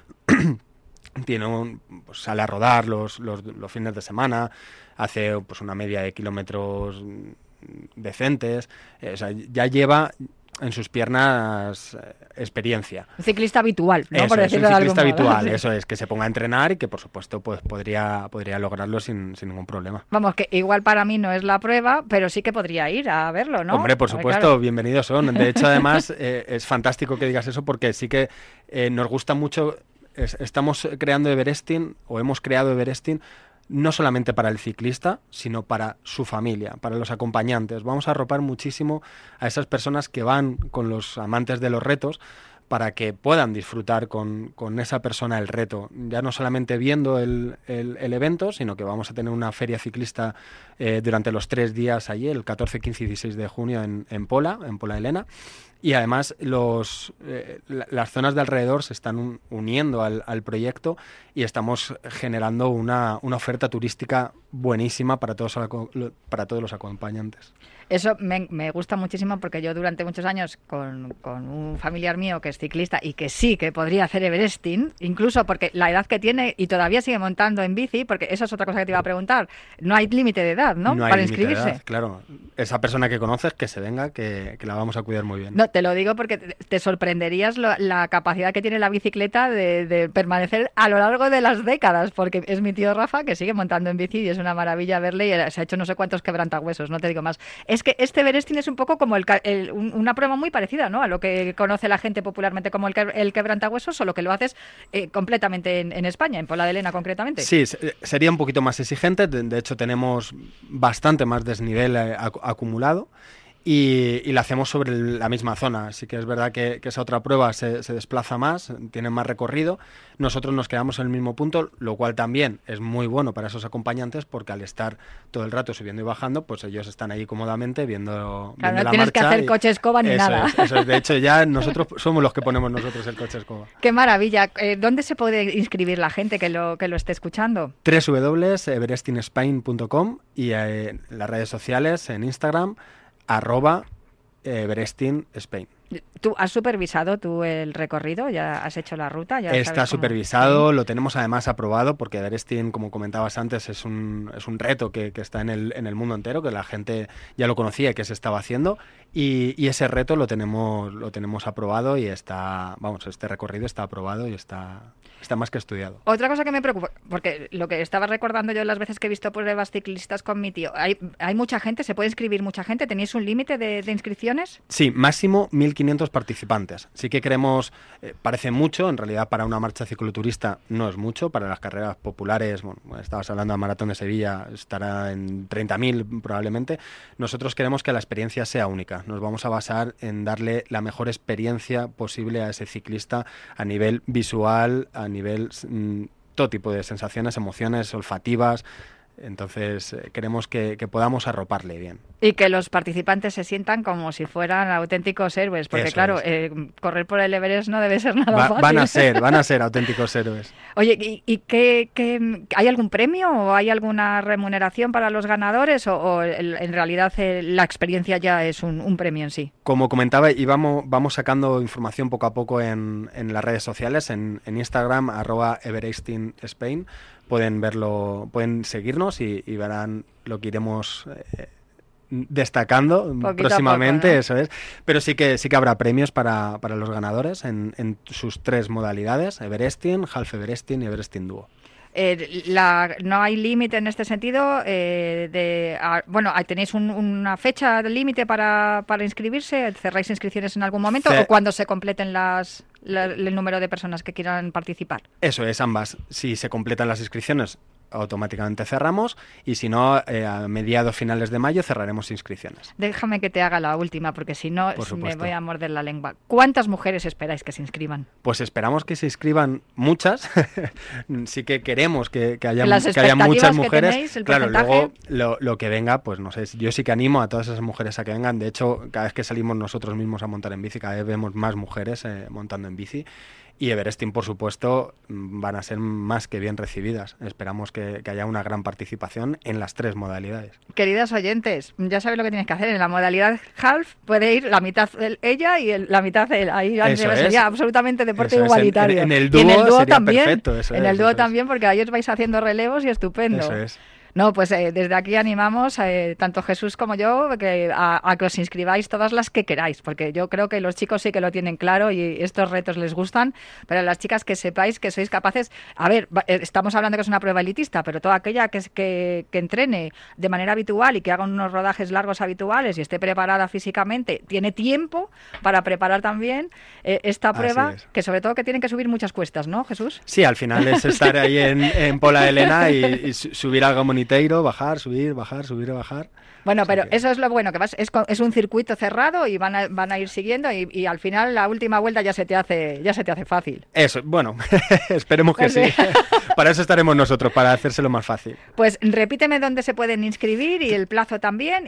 pues sale a rodar los fines de semana, hace pues una media de kilómetros decentes, o sea, ya lleva en sus piernas experiencia. Un ciclista habitual, ¿no? Eso Por decirlo de algún modo. Un ciclista habitual, eso es, que se ponga a entrenar y que por supuesto pues podría lograrlo sin ningún problema. Vamos, que igual para mí no es la prueba, pero sí que podría ir a verlo, ¿no? Hombre, por supuesto, claro. Bienvenidos son. De hecho, además, es fantástico que digas eso porque sí que nos gusta mucho, estamos creando Everesting, o hemos creado Everesting, no solamente para el ciclista, sino para su familia, para los acompañantes. Vamos a arropar muchísimo a esas personas que van con los amantes de los retos para que puedan disfrutar con esa persona el reto, ya no solamente viendo el evento, sino que vamos a tener una feria ciclista durante los 3 días allí, el 14, 15 y 16 de junio en Pola de Lena. Y además las zonas de alrededor se están uniendo al proyecto y estamos generando una oferta turística buenísima para todos los acompañantes. Eso me gusta muchísimo porque yo durante muchos años con un familiar mío que es ciclista y que sí que podría hacer Everesting, incluso porque la edad que tiene y todavía sigue montando en bici, porque esa es otra cosa que te iba a preguntar, no hay límite de edad, ¿no? Para inscribirse. De edad, claro, esa persona que conoces que se venga, que la vamos a cuidar muy bien. No, te lo digo porque te sorprenderías la capacidad que tiene la bicicleta de permanecer a lo largo de las décadas, porque es mi tío Rafa que sigue montando en bici y es una maravilla verle y se ha hecho no sé cuántos quebrantahuesos, no te digo más. Es que este Everesting es un poco como una prueba muy parecida, ¿no? A lo que conoce la gente popularmente como el quebrantahuesos, solo que lo haces completamente en España, en Pola de Lena concretamente. Sí, sería un poquito más exigente, de hecho tenemos bastante más desnivel acumulado. Y la hacemos sobre la misma zona. Así que es verdad que esa otra prueba se desplaza más, tiene más recorrido. Nosotros nos quedamos en el mismo punto, lo cual también es muy bueno para esos acompañantes porque al estar todo el rato subiendo y bajando, pues ellos están ahí cómodamente viendo claro, no la tienes que hacer coche escoba ni nada. Eso es. De hecho, ya nosotros somos los que ponemos nosotros el coche escoba. ¡Qué maravilla! ¿Dónde se puede inscribir la gente que lo esté escuchando? www.everestingspain.com y en las redes sociales, en Instagram, @Everesting Spain. ¿Tú has supervisado el recorrido? ¿Ya has hecho la ruta? ¿Ya está supervisado, lo tenemos además aprobado porque Everesting, como comentabas antes, es un reto que está en el mundo entero, que la gente ya lo conocía y que se estaba haciendo y ese reto lo tenemos aprobado y este recorrido está aprobado y está más que estudiado. Otra cosa que me preocupa, porque lo que estaba recordando yo las veces que he visto pruebas ciclistas con mi tío, ¿hay mucha gente? ¿Se puede inscribir mucha gente? ¿Tenéis un límite de inscripciones? Sí, máximo 1.500 participantes. Sí que creemos, parece mucho, en realidad para una marcha cicloturista no es mucho, para las carreras populares, estabas hablando del Maratón de Sevilla, estará en 30.000 probablemente. Nosotros queremos que la experiencia sea única. Nos vamos a basar en darle la mejor experiencia posible a ese ciclista a nivel visual, a nivel todo tipo de sensaciones, emociones olfativas. Entonces queremos que podamos arroparle bien. Y que los participantes se sientan como si fueran auténticos héroes, porque claro, correr por el Everest no debe ser nada fácil. Van a ser auténticos héroes. Oye, ¿y hay algún premio o hay alguna remuneración para los ganadores o en realidad la experiencia ya es un premio en sí? Como comentaba, y vamos sacando información poco a poco en las redes sociales, en Instagram, @EverestingSpain. Pueden verlo, pueden seguirnos y verán lo que iremos destacando poquito próximamente, poco, ¿no? Eso es. Pero sí que habrá premios para los ganadores en sus 3 modalidades: Everesting, Half Everesting y Everesting Duo. no hay límite en este sentido. ¿Tenéis una fecha de límite para inscribirse? ¿Cerráis inscripciones en algún momento o cuando se completen el número de personas que quieran participar? Eso es, ambas. Si se completan las inscripciones, automáticamente cerramos, y si no, a mediados finales de mayo cerraremos inscripciones. Déjame que te haga la última, porque si no me voy a morder la lengua. ¿Cuántas mujeres esperáis que se inscriban? Pues esperamos que se inscriban muchas. Sí que queremos que haya muchas mujeres. Tenéis, claro, luego lo que venga, pues no sé, yo sí que animo a todas esas mujeres a que vengan. De hecho, cada vez que salimos nosotros mismos a montar en bici, cada vez vemos más mujeres montando en bici. Y Everesting, por supuesto, van a ser más que bien recibidas. Esperamos que haya una gran participación en las 3 modalidades. Queridas oyentes, ya sabéis lo que tienes que hacer. En la modalidad half puede ir la mitad ella y la mitad él. Ahí sería absolutamente deporte igualitario. En el dúo sería también, perfecto. En el dúo también, porque ahí os vais haciendo relevos y estupendo. Eso es. No, pues desde aquí animamos, tanto Jesús como yo, a que os inscribáis todas las que queráis, porque yo creo que los chicos sí que lo tienen claro y estos retos les gustan, pero las chicas que sepáis que sois capaces, a ver, estamos hablando que es una prueba elitista, pero toda aquella que entrene de manera habitual y que haga unos rodajes largos habituales y esté preparada físicamente, tiene tiempo para preparar también esta prueba, que sobre todo que tienen que subir muchas cuestas, ¿no, Jesús? Sí, al final es estar ahí en Pola de Elena y subir algo monitorio, bajar, subir, bajar, subir, bajar. Bueno, pero eso es lo bueno, que es un circuito cerrado y van a ir siguiendo y al final la última vuelta ya se te hace fácil. Eso, bueno, esperemos que sí. Para eso estaremos nosotros, para hacérselo más fácil. Pues repíteme dónde se pueden inscribir y el plazo también.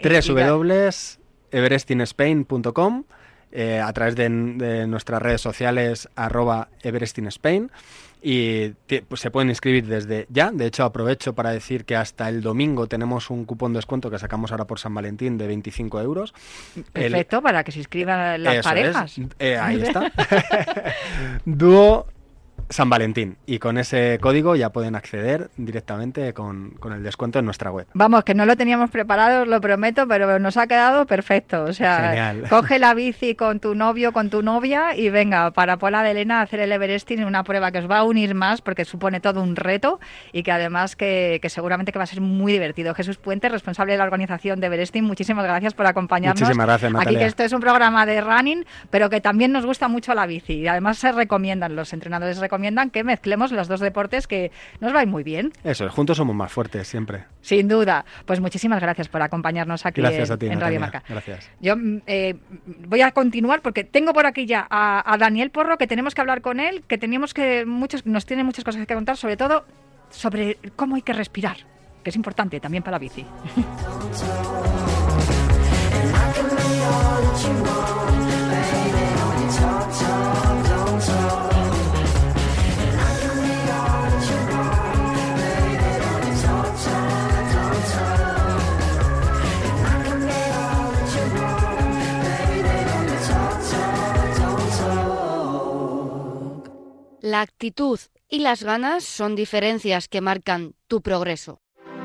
www.everestingspain.com, a través de nuestras redes sociales @everestingspain. Y pues se pueden inscribir desde ya. De hecho, aprovecho para decir que hasta el domingo tenemos un cupón de descuento que sacamos ahora por San Valentín de 25 euros. Perfecto, para que se inscriban las parejas. Ahí está. Dúo San Valentín, y con ese código ya pueden acceder directamente con el descuento en nuestra web. Vamos, que no lo teníamos preparado, os lo prometo, pero nos ha quedado perfecto. O sea, genial. Coge la bici con tu novio, con tu novia y venga, para Pola de Elena a hacer el Everesting, una prueba que os va a unir más porque supone todo un reto y que además que seguramente que va a ser muy divertido. Jesús Puente, responsable de la organización de Everesting, muchísimas gracias por acompañarnos. Muchísimas gracias, Natalia. Aquí, que esto es un programa de running, pero que también nos gusta mucho la bici y además los entrenadores recomiendan que mezclemos los dos deportes, que nos va muy bien. Eso, juntos somos más fuertes siempre. Sin duda. Pues muchísimas gracias por acompañarnos aquí en Radio Marca. Gracias. Yo voy a continuar porque tengo por aquí ya a Daniel Porro, que tenemos que hablar con él, que nos tiene muchas cosas que contar, sobre todo sobre cómo hay que respirar, que es importante también para la bici. La actitud y las ganas son diferencias que marcan tu progreso.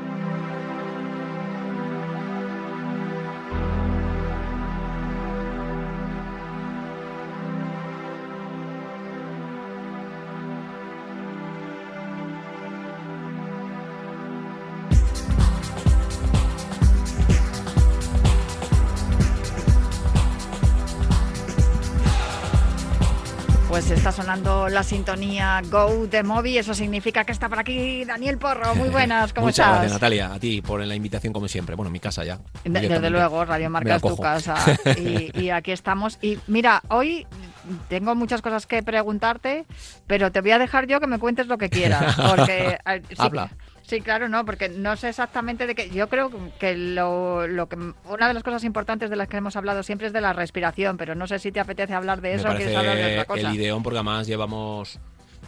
Pues está sonando la sintonía Go de Moby, eso significa que está por aquí Daniel Porro. Muy buenas, ¿cómo estás? Muchas gracias, Natalia, a ti por la invitación como siempre. Bueno, mi casa ya. Desde luego, Radio Marca es tu casa y aquí estamos. Y mira, hoy tengo muchas cosas que preguntarte, pero te voy a dejar yo que me cuentes lo que quieras, porque habla. Sí, claro, no, porque no sé exactamente de qué. Yo creo que una de las cosas importantes de las que hemos hablado siempre es de la respiración, pero no sé si te apetece hablar de eso o quieres hablar de otra cosa. El ideón, porque además llevamos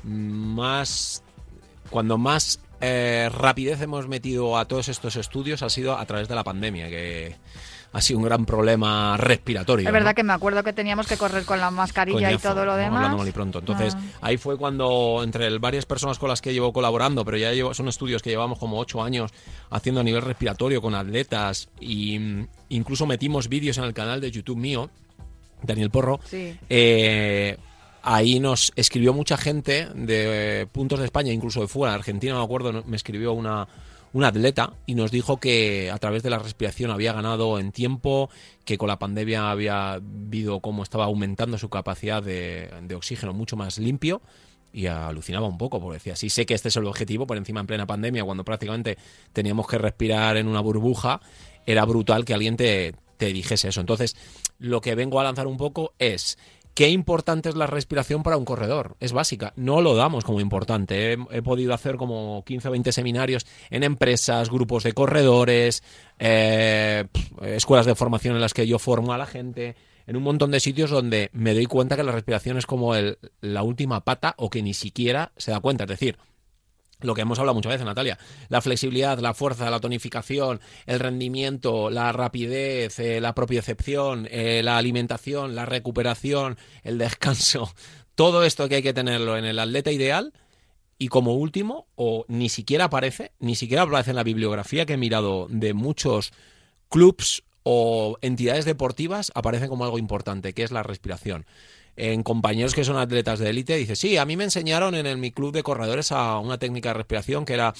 cuando más rapidez hemos metido a todos estos estudios ha sido a través de la pandemia, que ha sido un gran problema respiratorio. Es verdad, ¿no? Que me acuerdo que teníamos que correr con la mascarilla y todo lo demás. Hablando mal y pronto. Entonces, ahí fue cuando, entre varias personas con las que llevo colaborando, pero son estudios que llevamos como 8 años haciendo a nivel respiratorio con atletas, y incluso metimos vídeos en el canal de YouTube mío, Daniel Porro, sí. ahí nos escribió mucha gente de puntos de España, incluso de fuera, Argentina, me acuerdo, me escribió una atleta y nos dijo que a través de la respiración había ganado en tiempo, que con la pandemia había visto cómo estaba aumentando su capacidad de oxígeno mucho más limpio. Y alucinaba un poco, porque decía, sí sé que este es el objetivo, por encima en plena pandemia, cuando prácticamente teníamos que respirar en una burbuja, era brutal que alguien te dijese eso. Entonces, lo que vengo a lanzar un poco es, ¿qué importante es la respiración para un corredor? Es básica, no lo damos como importante. He podido hacer como 15 o 20 seminarios en empresas, grupos de corredores, escuelas de formación en las que yo formo a la gente, en un montón de sitios donde me doy cuenta que la respiración es como la última pata o que ni siquiera se da cuenta. Es decir, lo que hemos hablado muchas veces, Natalia, la flexibilidad, la fuerza, la tonificación, el rendimiento, la rapidez, la propiocepción, la alimentación, la recuperación, el descanso, todo esto que hay que tenerlo en el atleta ideal. Y como último, o ni siquiera aparece en la bibliografía que he mirado de muchos clubs o entidades deportivas, aparece como algo importante, que es la respiración. En compañeros que son atletas de élite, dice, sí, a mí me enseñaron en mi club de corredores a una técnica de respiración que era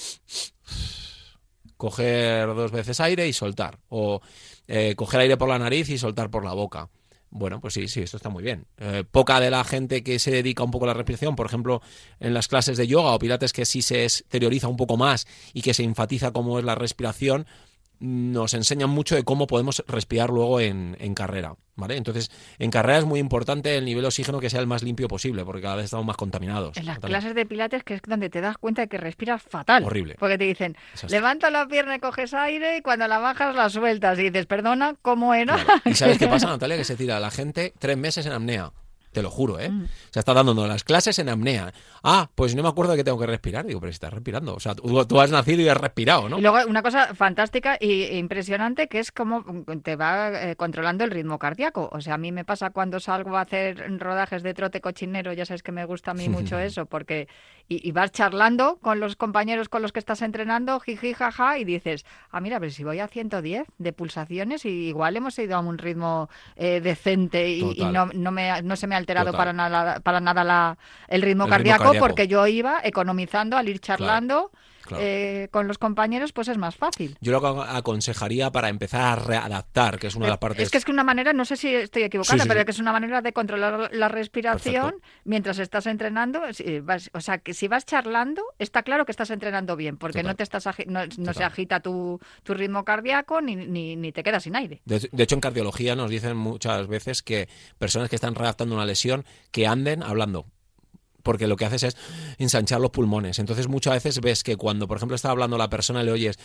coger 2 veces aire y soltar, o coger aire por la nariz y soltar por la boca. Bueno, pues sí, esto está muy bien. Poca de la gente que se dedica un poco a la respiración, por ejemplo, en las clases de yoga o pilates, que sí se exterioriza un poco más y que se enfatiza cómo es la respiración, nos enseñan mucho de cómo podemos respirar luego en carrera, ¿vale? Entonces, en carrera es muy importante el nivel de oxígeno que sea el más limpio posible, porque cada vez estamos más contaminados. En las clases de pilates, que es donde te das cuenta de que respiras fatal. Horrible. Porque te dicen, levanta la pierna y coges aire y cuando la bajas la sueltas. Y dices, perdona, ¿cómo era? Claro. ¿Y sabes qué pasa, Natalia? Que se tira la gente 3 meses en apnea. Te lo juro, ¿eh? Se está dando las clases en apnea. Ah, pues no me acuerdo de que tengo que respirar. Digo, pero si estás respirando. O sea, tú has nacido y has respirado, ¿no? Y luego una cosa fantástica e impresionante que es cómo te va controlando el ritmo cardíaco. O sea, a mí me pasa cuando salgo a hacer rodajes de trote cochinero, ya sabes que me gusta a mí mucho eso, porque y vas charlando con los compañeros con los que estás entrenando, jiji, jaja, y dices, mira, pero si voy a 110 de pulsaciones y igual hemos ido a un ritmo decente y no se me ha alterado para nada el ritmo cardíaco, porque yo iba economizando al ir charlando. Claro. Con los compañeros, pues es más fácil. Yo lo que aconsejaría para empezar a readaptar, que es una de las partes... Es una manera, no sé si estoy equivocada, pero que es una manera de controlar la respiración. Perfecto. Mientras estás entrenando. O sea, que si vas charlando, está claro que estás entrenando bien, porque no te estás no se agita tu ritmo cardíaco ni te quedas sin aire. De hecho, en cardiología nos dicen muchas veces que personas que están readaptando una lesión, que anden hablando, porque lo que haces es ensanchar los pulmones. Entonces muchas veces ves que cuando, por ejemplo, está hablando la persona y le oyes...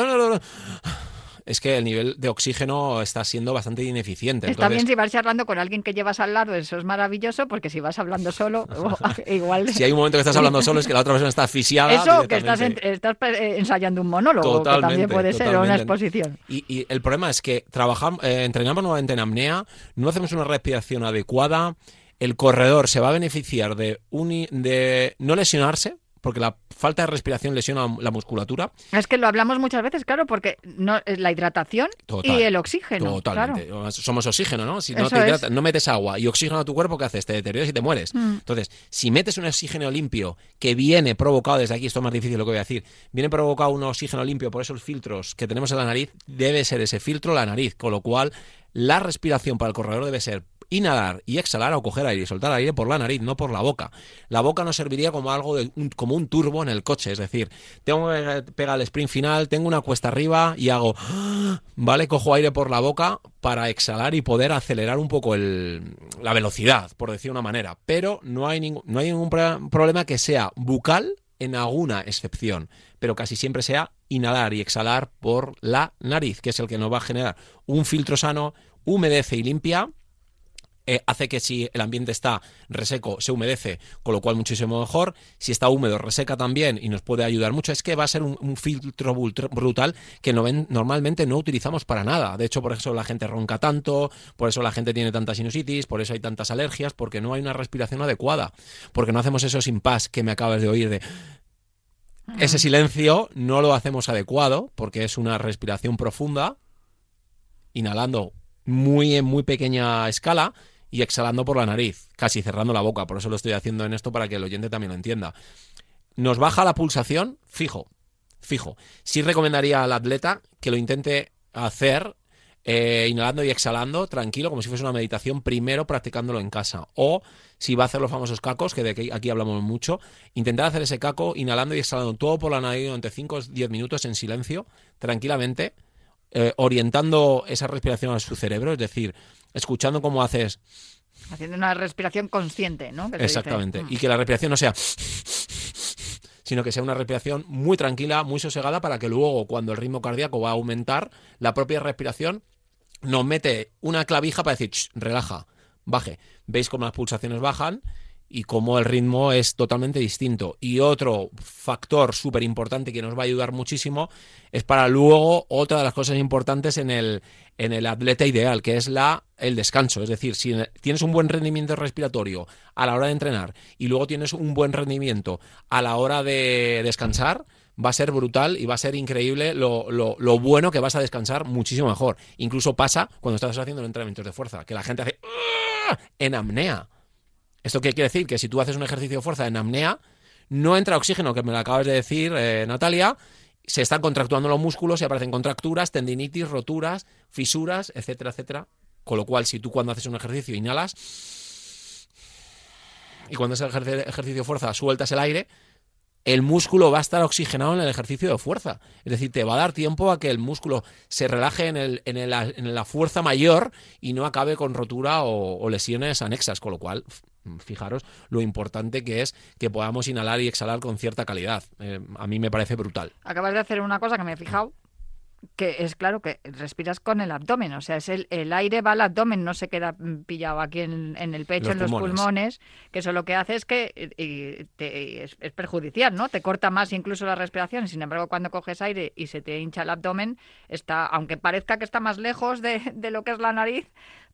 Es que el nivel de oxígeno está siendo bastante ineficiente. Está bien si vas charlando con alguien que llevas al lado, eso es maravilloso, porque si vas hablando solo, igual... Si hay un momento que estás hablando solo es que la otra persona está asfixiada. Eso, que estás ensayando un monólogo, que también puede ser, o una exposición. Y el problema es que entrenamos nuevamente en apnea, no hacemos una respiración adecuada. El corredor se va a beneficiar de no lesionarse, porque la falta de respiración lesiona la musculatura. Es que lo hablamos muchas veces, claro, porque la hidratación y el oxígeno. Totalmente. Claro. Somos oxígeno, ¿no? Si no te hidratas, no metes agua y oxígeno a tu cuerpo, ¿qué haces? Te deterioras y te mueres. Entonces, si metes un oxígeno limpio que viene provocado, desde aquí esto es más difícil lo que voy a decir, viene provocado un oxígeno limpio por esos filtros que tenemos en la nariz, debe ser ese filtro la nariz, con lo cual la respiración para el corredor debe ser inhalar y exhalar o coger aire y soltar aire por la nariz, no por la boca. La boca nos serviría como algo como un turbo en el coche, es decir, tengo que pegar el sprint final, tengo una cuesta arriba y hago, ¿vale? Cojo aire por la boca para exhalar y poder acelerar un poco la velocidad, por decir una manera. Pero no hay ningún problema que sea bucal, en alguna excepción, pero casi siempre sea inhalar y exhalar por la nariz, que es el que nos va a generar un filtro sano, humedece y limpia. Hace que si el ambiente está reseco se humedece, con lo cual muchísimo mejor. Si está húmedo reseca también y nos puede ayudar mucho. Es que va a ser un filtro brutal que normalmente no utilizamos para nada. De hecho, por eso la gente ronca tanto, por eso la gente tiene tanta sinusitis, por eso hay tantas alergias, porque no hay una respiración adecuada, porque no hacemos esos impasse que me acabas de oír de... Ese silencio no lo hacemos adecuado porque es una respiración profunda, inhalando en muy pequeña escala, y exhalando por la nariz, casi cerrando la boca. Por eso lo estoy haciendo en esto para que el oyente también lo entienda. Nos baja la pulsación, fijo. Sí recomendaría al atleta que lo intente hacer inhalando y exhalando, tranquilo, como si fuese una meditación, primero practicándolo en casa. O si va a hacer los famosos cacos, que de aquí hablamos mucho, intentar hacer ese caco inhalando y exhalando todo por la nariz durante 5 o 10 minutos en silencio, tranquilamente, orientando esa respiración a su cerebro, es decir, escuchando cómo haces... Haciendo una respiración consciente, ¿no? Que Exactamente. dice. Y que la respiración no sea... sino que sea una respiración muy tranquila, muy sosegada, para que luego, cuando el ritmo cardíaco va a aumentar, la propia respiración nos mete una clavija para decir, relaja, baje. Veis cómo las pulsaciones bajan y cómo el ritmo es totalmente distinto. Y otro factor súper importante que nos va a ayudar muchísimo es para luego otra de las cosas importantes en el atleta ideal, que es el descanso. Es decir, si tienes un buen rendimiento respiratorio a la hora de entrenar y luego tienes un buen rendimiento a la hora de descansar, va a ser brutal y va a ser increíble lo bueno que vas a descansar muchísimo mejor. Incluso pasa cuando estás haciendo entrenamientos de fuerza, que la gente hace en apnea. ¿Esto qué quiere decir? Que si tú haces un ejercicio de fuerza en apnea, no entra oxígeno, que me lo acabas de decir, Natalia, se están contractuando los músculos y aparecen contracturas, tendinitis, roturas, fisuras, etcétera, etcétera. Con lo cual, si tú cuando haces un ejercicio inhalas y cuando haces ejercicio de fuerza sueltas el aire, el músculo va a estar oxigenado en el ejercicio de fuerza. Es decir, te va a dar tiempo a que el músculo se relaje en la fuerza mayor y no acabe con rotura o lesiones anexas. Con lo cual, fijaros lo importante que es que podamos inhalar y exhalar con cierta calidad. A mí me parece brutal. Acabas de hacer una cosa que me he fijado, que es claro que respiras con el abdomen, o sea, es el aire va al abdomen, no se queda pillado aquí en el pecho, en los pulmones, que eso lo que hace es que es perjudicial, ¿no? Te corta más incluso la respiración, sin embargo, cuando coges aire y se te hincha el abdomen, aunque parezca que está más lejos de lo que es la nariz,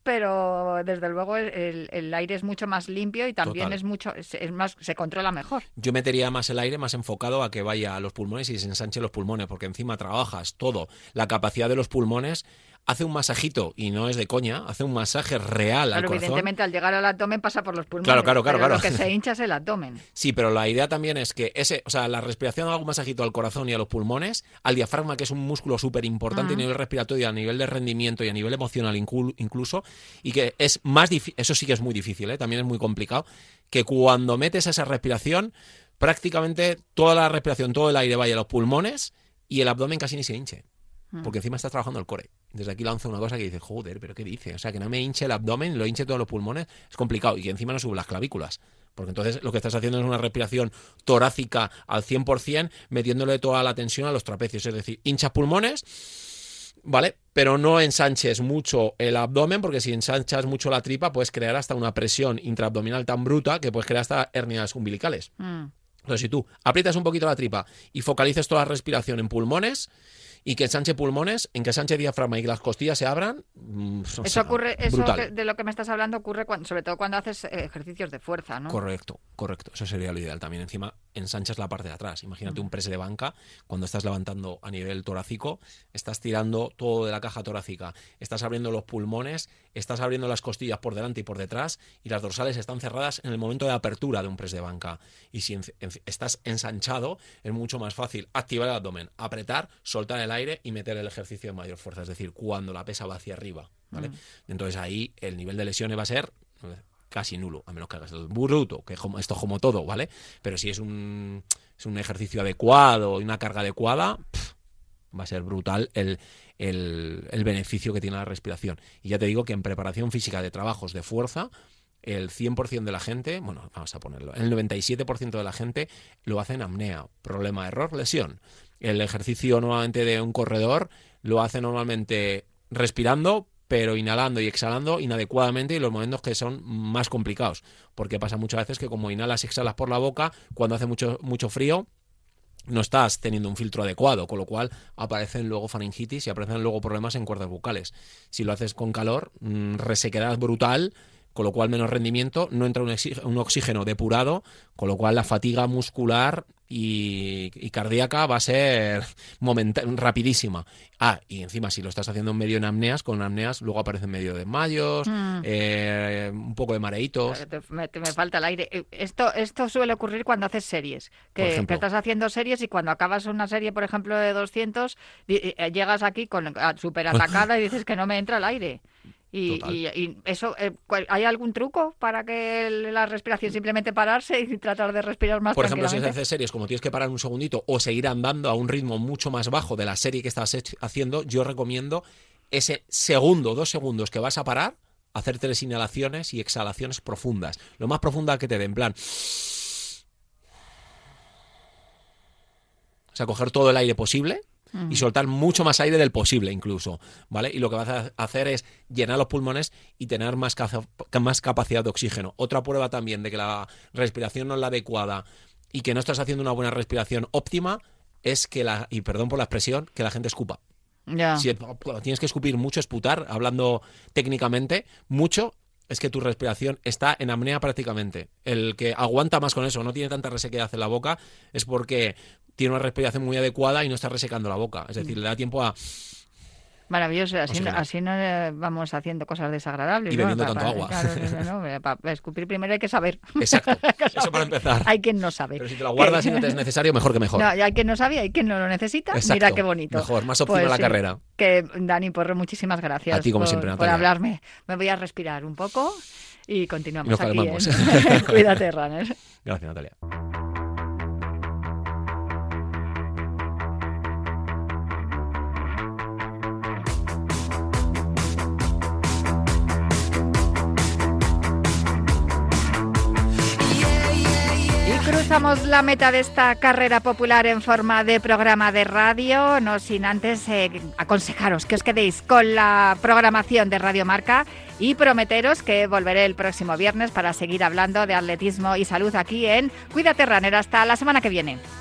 pero desde luego el aire es mucho más limpio y también Total. es más, se controla mejor. Yo metería más el aire más enfocado a que vaya a los pulmones y se ensanche los pulmones, porque encima trabajas todo. La capacidad de los pulmones hace un masajito, y no es de coña, hace un masaje real al corazón. Evidentemente, al llegar al abdomen pasa por los pulmones. Claro. Lo que se hincha es el abdomen. Sí, pero la idea también es que la respiración haga un masajito al corazón y a los pulmones, al diafragma, que es un músculo súper importante a nivel respiratorio, a nivel de rendimiento y a nivel emocional incluso, y que es más difícil, eso sí que es muy difícil, también es muy complicado, que cuando metes esa respiración, prácticamente toda la respiración, todo el aire vaya a los pulmones y el abdomen casi ni se hinche. Porque encima estás trabajando el core. Desde aquí lanzo una cosa que dice, joder, ¿pero qué dice? O sea, que no me hinche el abdomen, lo hinche todos los pulmones, es complicado. Y que encima no subo las clavículas. Porque entonces lo que estás haciendo es una respiración torácica al 100%, metiéndole toda la tensión a los trapecios. Es decir, hinchas pulmones, ¿vale? Pero no ensanches mucho el abdomen, porque si ensanchas mucho la tripa, puedes crear hasta una presión intraabdominal tan bruta que puedes crear hasta hernias umbilicales. Entonces, si tú aprietas un poquito la tripa y focalices toda la respiración en pulmones, y que ensanche pulmones, en que ensanche diafragma y que las costillas se abran, eso ocurre, de lo que me estás hablando ocurre sobre todo cuando haces ejercicios de fuerza, ¿no? Correcto. Eso sería lo ideal también. Encima ensanchas la parte de atrás. Imagínate un press de banca, cuando estás levantando a nivel torácico, estás tirando todo de la caja torácica, estás abriendo los pulmones, estás abriendo las costillas por delante y por detrás, y las dorsales están cerradas en el momento de apertura de un press de banca. Y si estás ensanchado, es mucho más fácil activar el abdomen, apretar, soltar el aire y meter el ejercicio de mayor fuerza, es decir, cuando la pesa va hacia arriba, ¿vale? Entonces ahí el nivel de lesiones va a ser casi nulo, a menos que hagas el bruto, que esto es como todo, ¿vale? Pero si es un ejercicio adecuado y una carga adecuada, va a ser brutal el beneficio que tiene la respiración. Y ya te digo que en preparación física de trabajos de fuerza, el 100% de la gente, bueno, vamos a ponerlo, el 97% de la gente lo hace en apnea, problema, error, lesión. El ejercicio nuevamente de un corredor lo hace normalmente respirando, pero inhalando y exhalando inadecuadamente, y los momentos que son más complicados, porque pasa muchas veces que como inhalas y exhalas por la boca, cuando hace mucho frío, no estás teniendo un filtro adecuado, con lo cual aparecen luego faringitis y aparecen luego problemas en cuerdas bucales. Si lo haces con calor, resequedad brutal, con lo cual menos rendimiento, no entra un oxígeno depurado, con lo cual la fatiga muscular y cardíaca va a ser rapidísima. Y encima si lo estás haciendo en medio en apneas, con apneas luego aparecen medio desmayos, un poco de mareitos. Me falta el aire. Esto suele ocurrir cuando haces series, que estás haciendo series y cuando acabas una serie, por ejemplo, de 200, llegas aquí súper atacada y dices que no me entra el aire. Y eso, ¿hay algún truco para que la respiración simplemente pararse y tratar de respirar más Por ejemplo, tranquilamente? si haces series, como tienes que parar un segundito o seguir andando a un ritmo mucho más bajo de la serie que estás haciendo, yo recomiendo ese segundo, 2 segundos que vas a parar, hacer 3 inhalaciones y exhalaciones profundas. Lo más profunda que te dé, en plan... O sea, coger todo el aire posible y soltar mucho más aire del posible incluso, ¿vale? Y lo que vas a hacer es llenar los pulmones y tener más capacidad de oxígeno. Otra prueba también de que la respiración no es la adecuada y que no estás haciendo una buena respiración óptima es que y perdón por la expresión, que la gente escupa. Ya. Si tienes que escupir mucho, esputar, hablando técnicamente, mucho, es que tu respiración está en apnea prácticamente. El que aguanta más con eso, no tiene tanta resequedad en la boca, es porque tiene una respiración muy adecuada y no está resecando la boca. Es decir, le da tiempo a... Maravilloso, así no vamos haciendo cosas desagradables. Y bebiendo tanto agua. Claro, para escupir primero hay que saber. Exacto, eso para empezar. Hay quien no sabe. Pero si te lo guardas y no te es necesario, mejor que mejor. No, hay quien no sabe y hay quien no lo necesita. Exacto. Mira qué bonito. Mejor, más óptima la carrera. Que Dani Porro, muchísimas gracias a ti, como siempre, por Natalia. hablarme. Me voy a respirar un poco y continuamos Nos aquí. calmamos. Cuídate, Runner. Gracias, Natalia. Cruzamos la meta de esta carrera popular en forma de programa de radio, no sin antes aconsejaros que os quedéis con la programación de Radio Marca y prometeros que volveré el próximo viernes para seguir hablando de atletismo y salud aquí en Cuídate Runner. Hasta la semana que viene.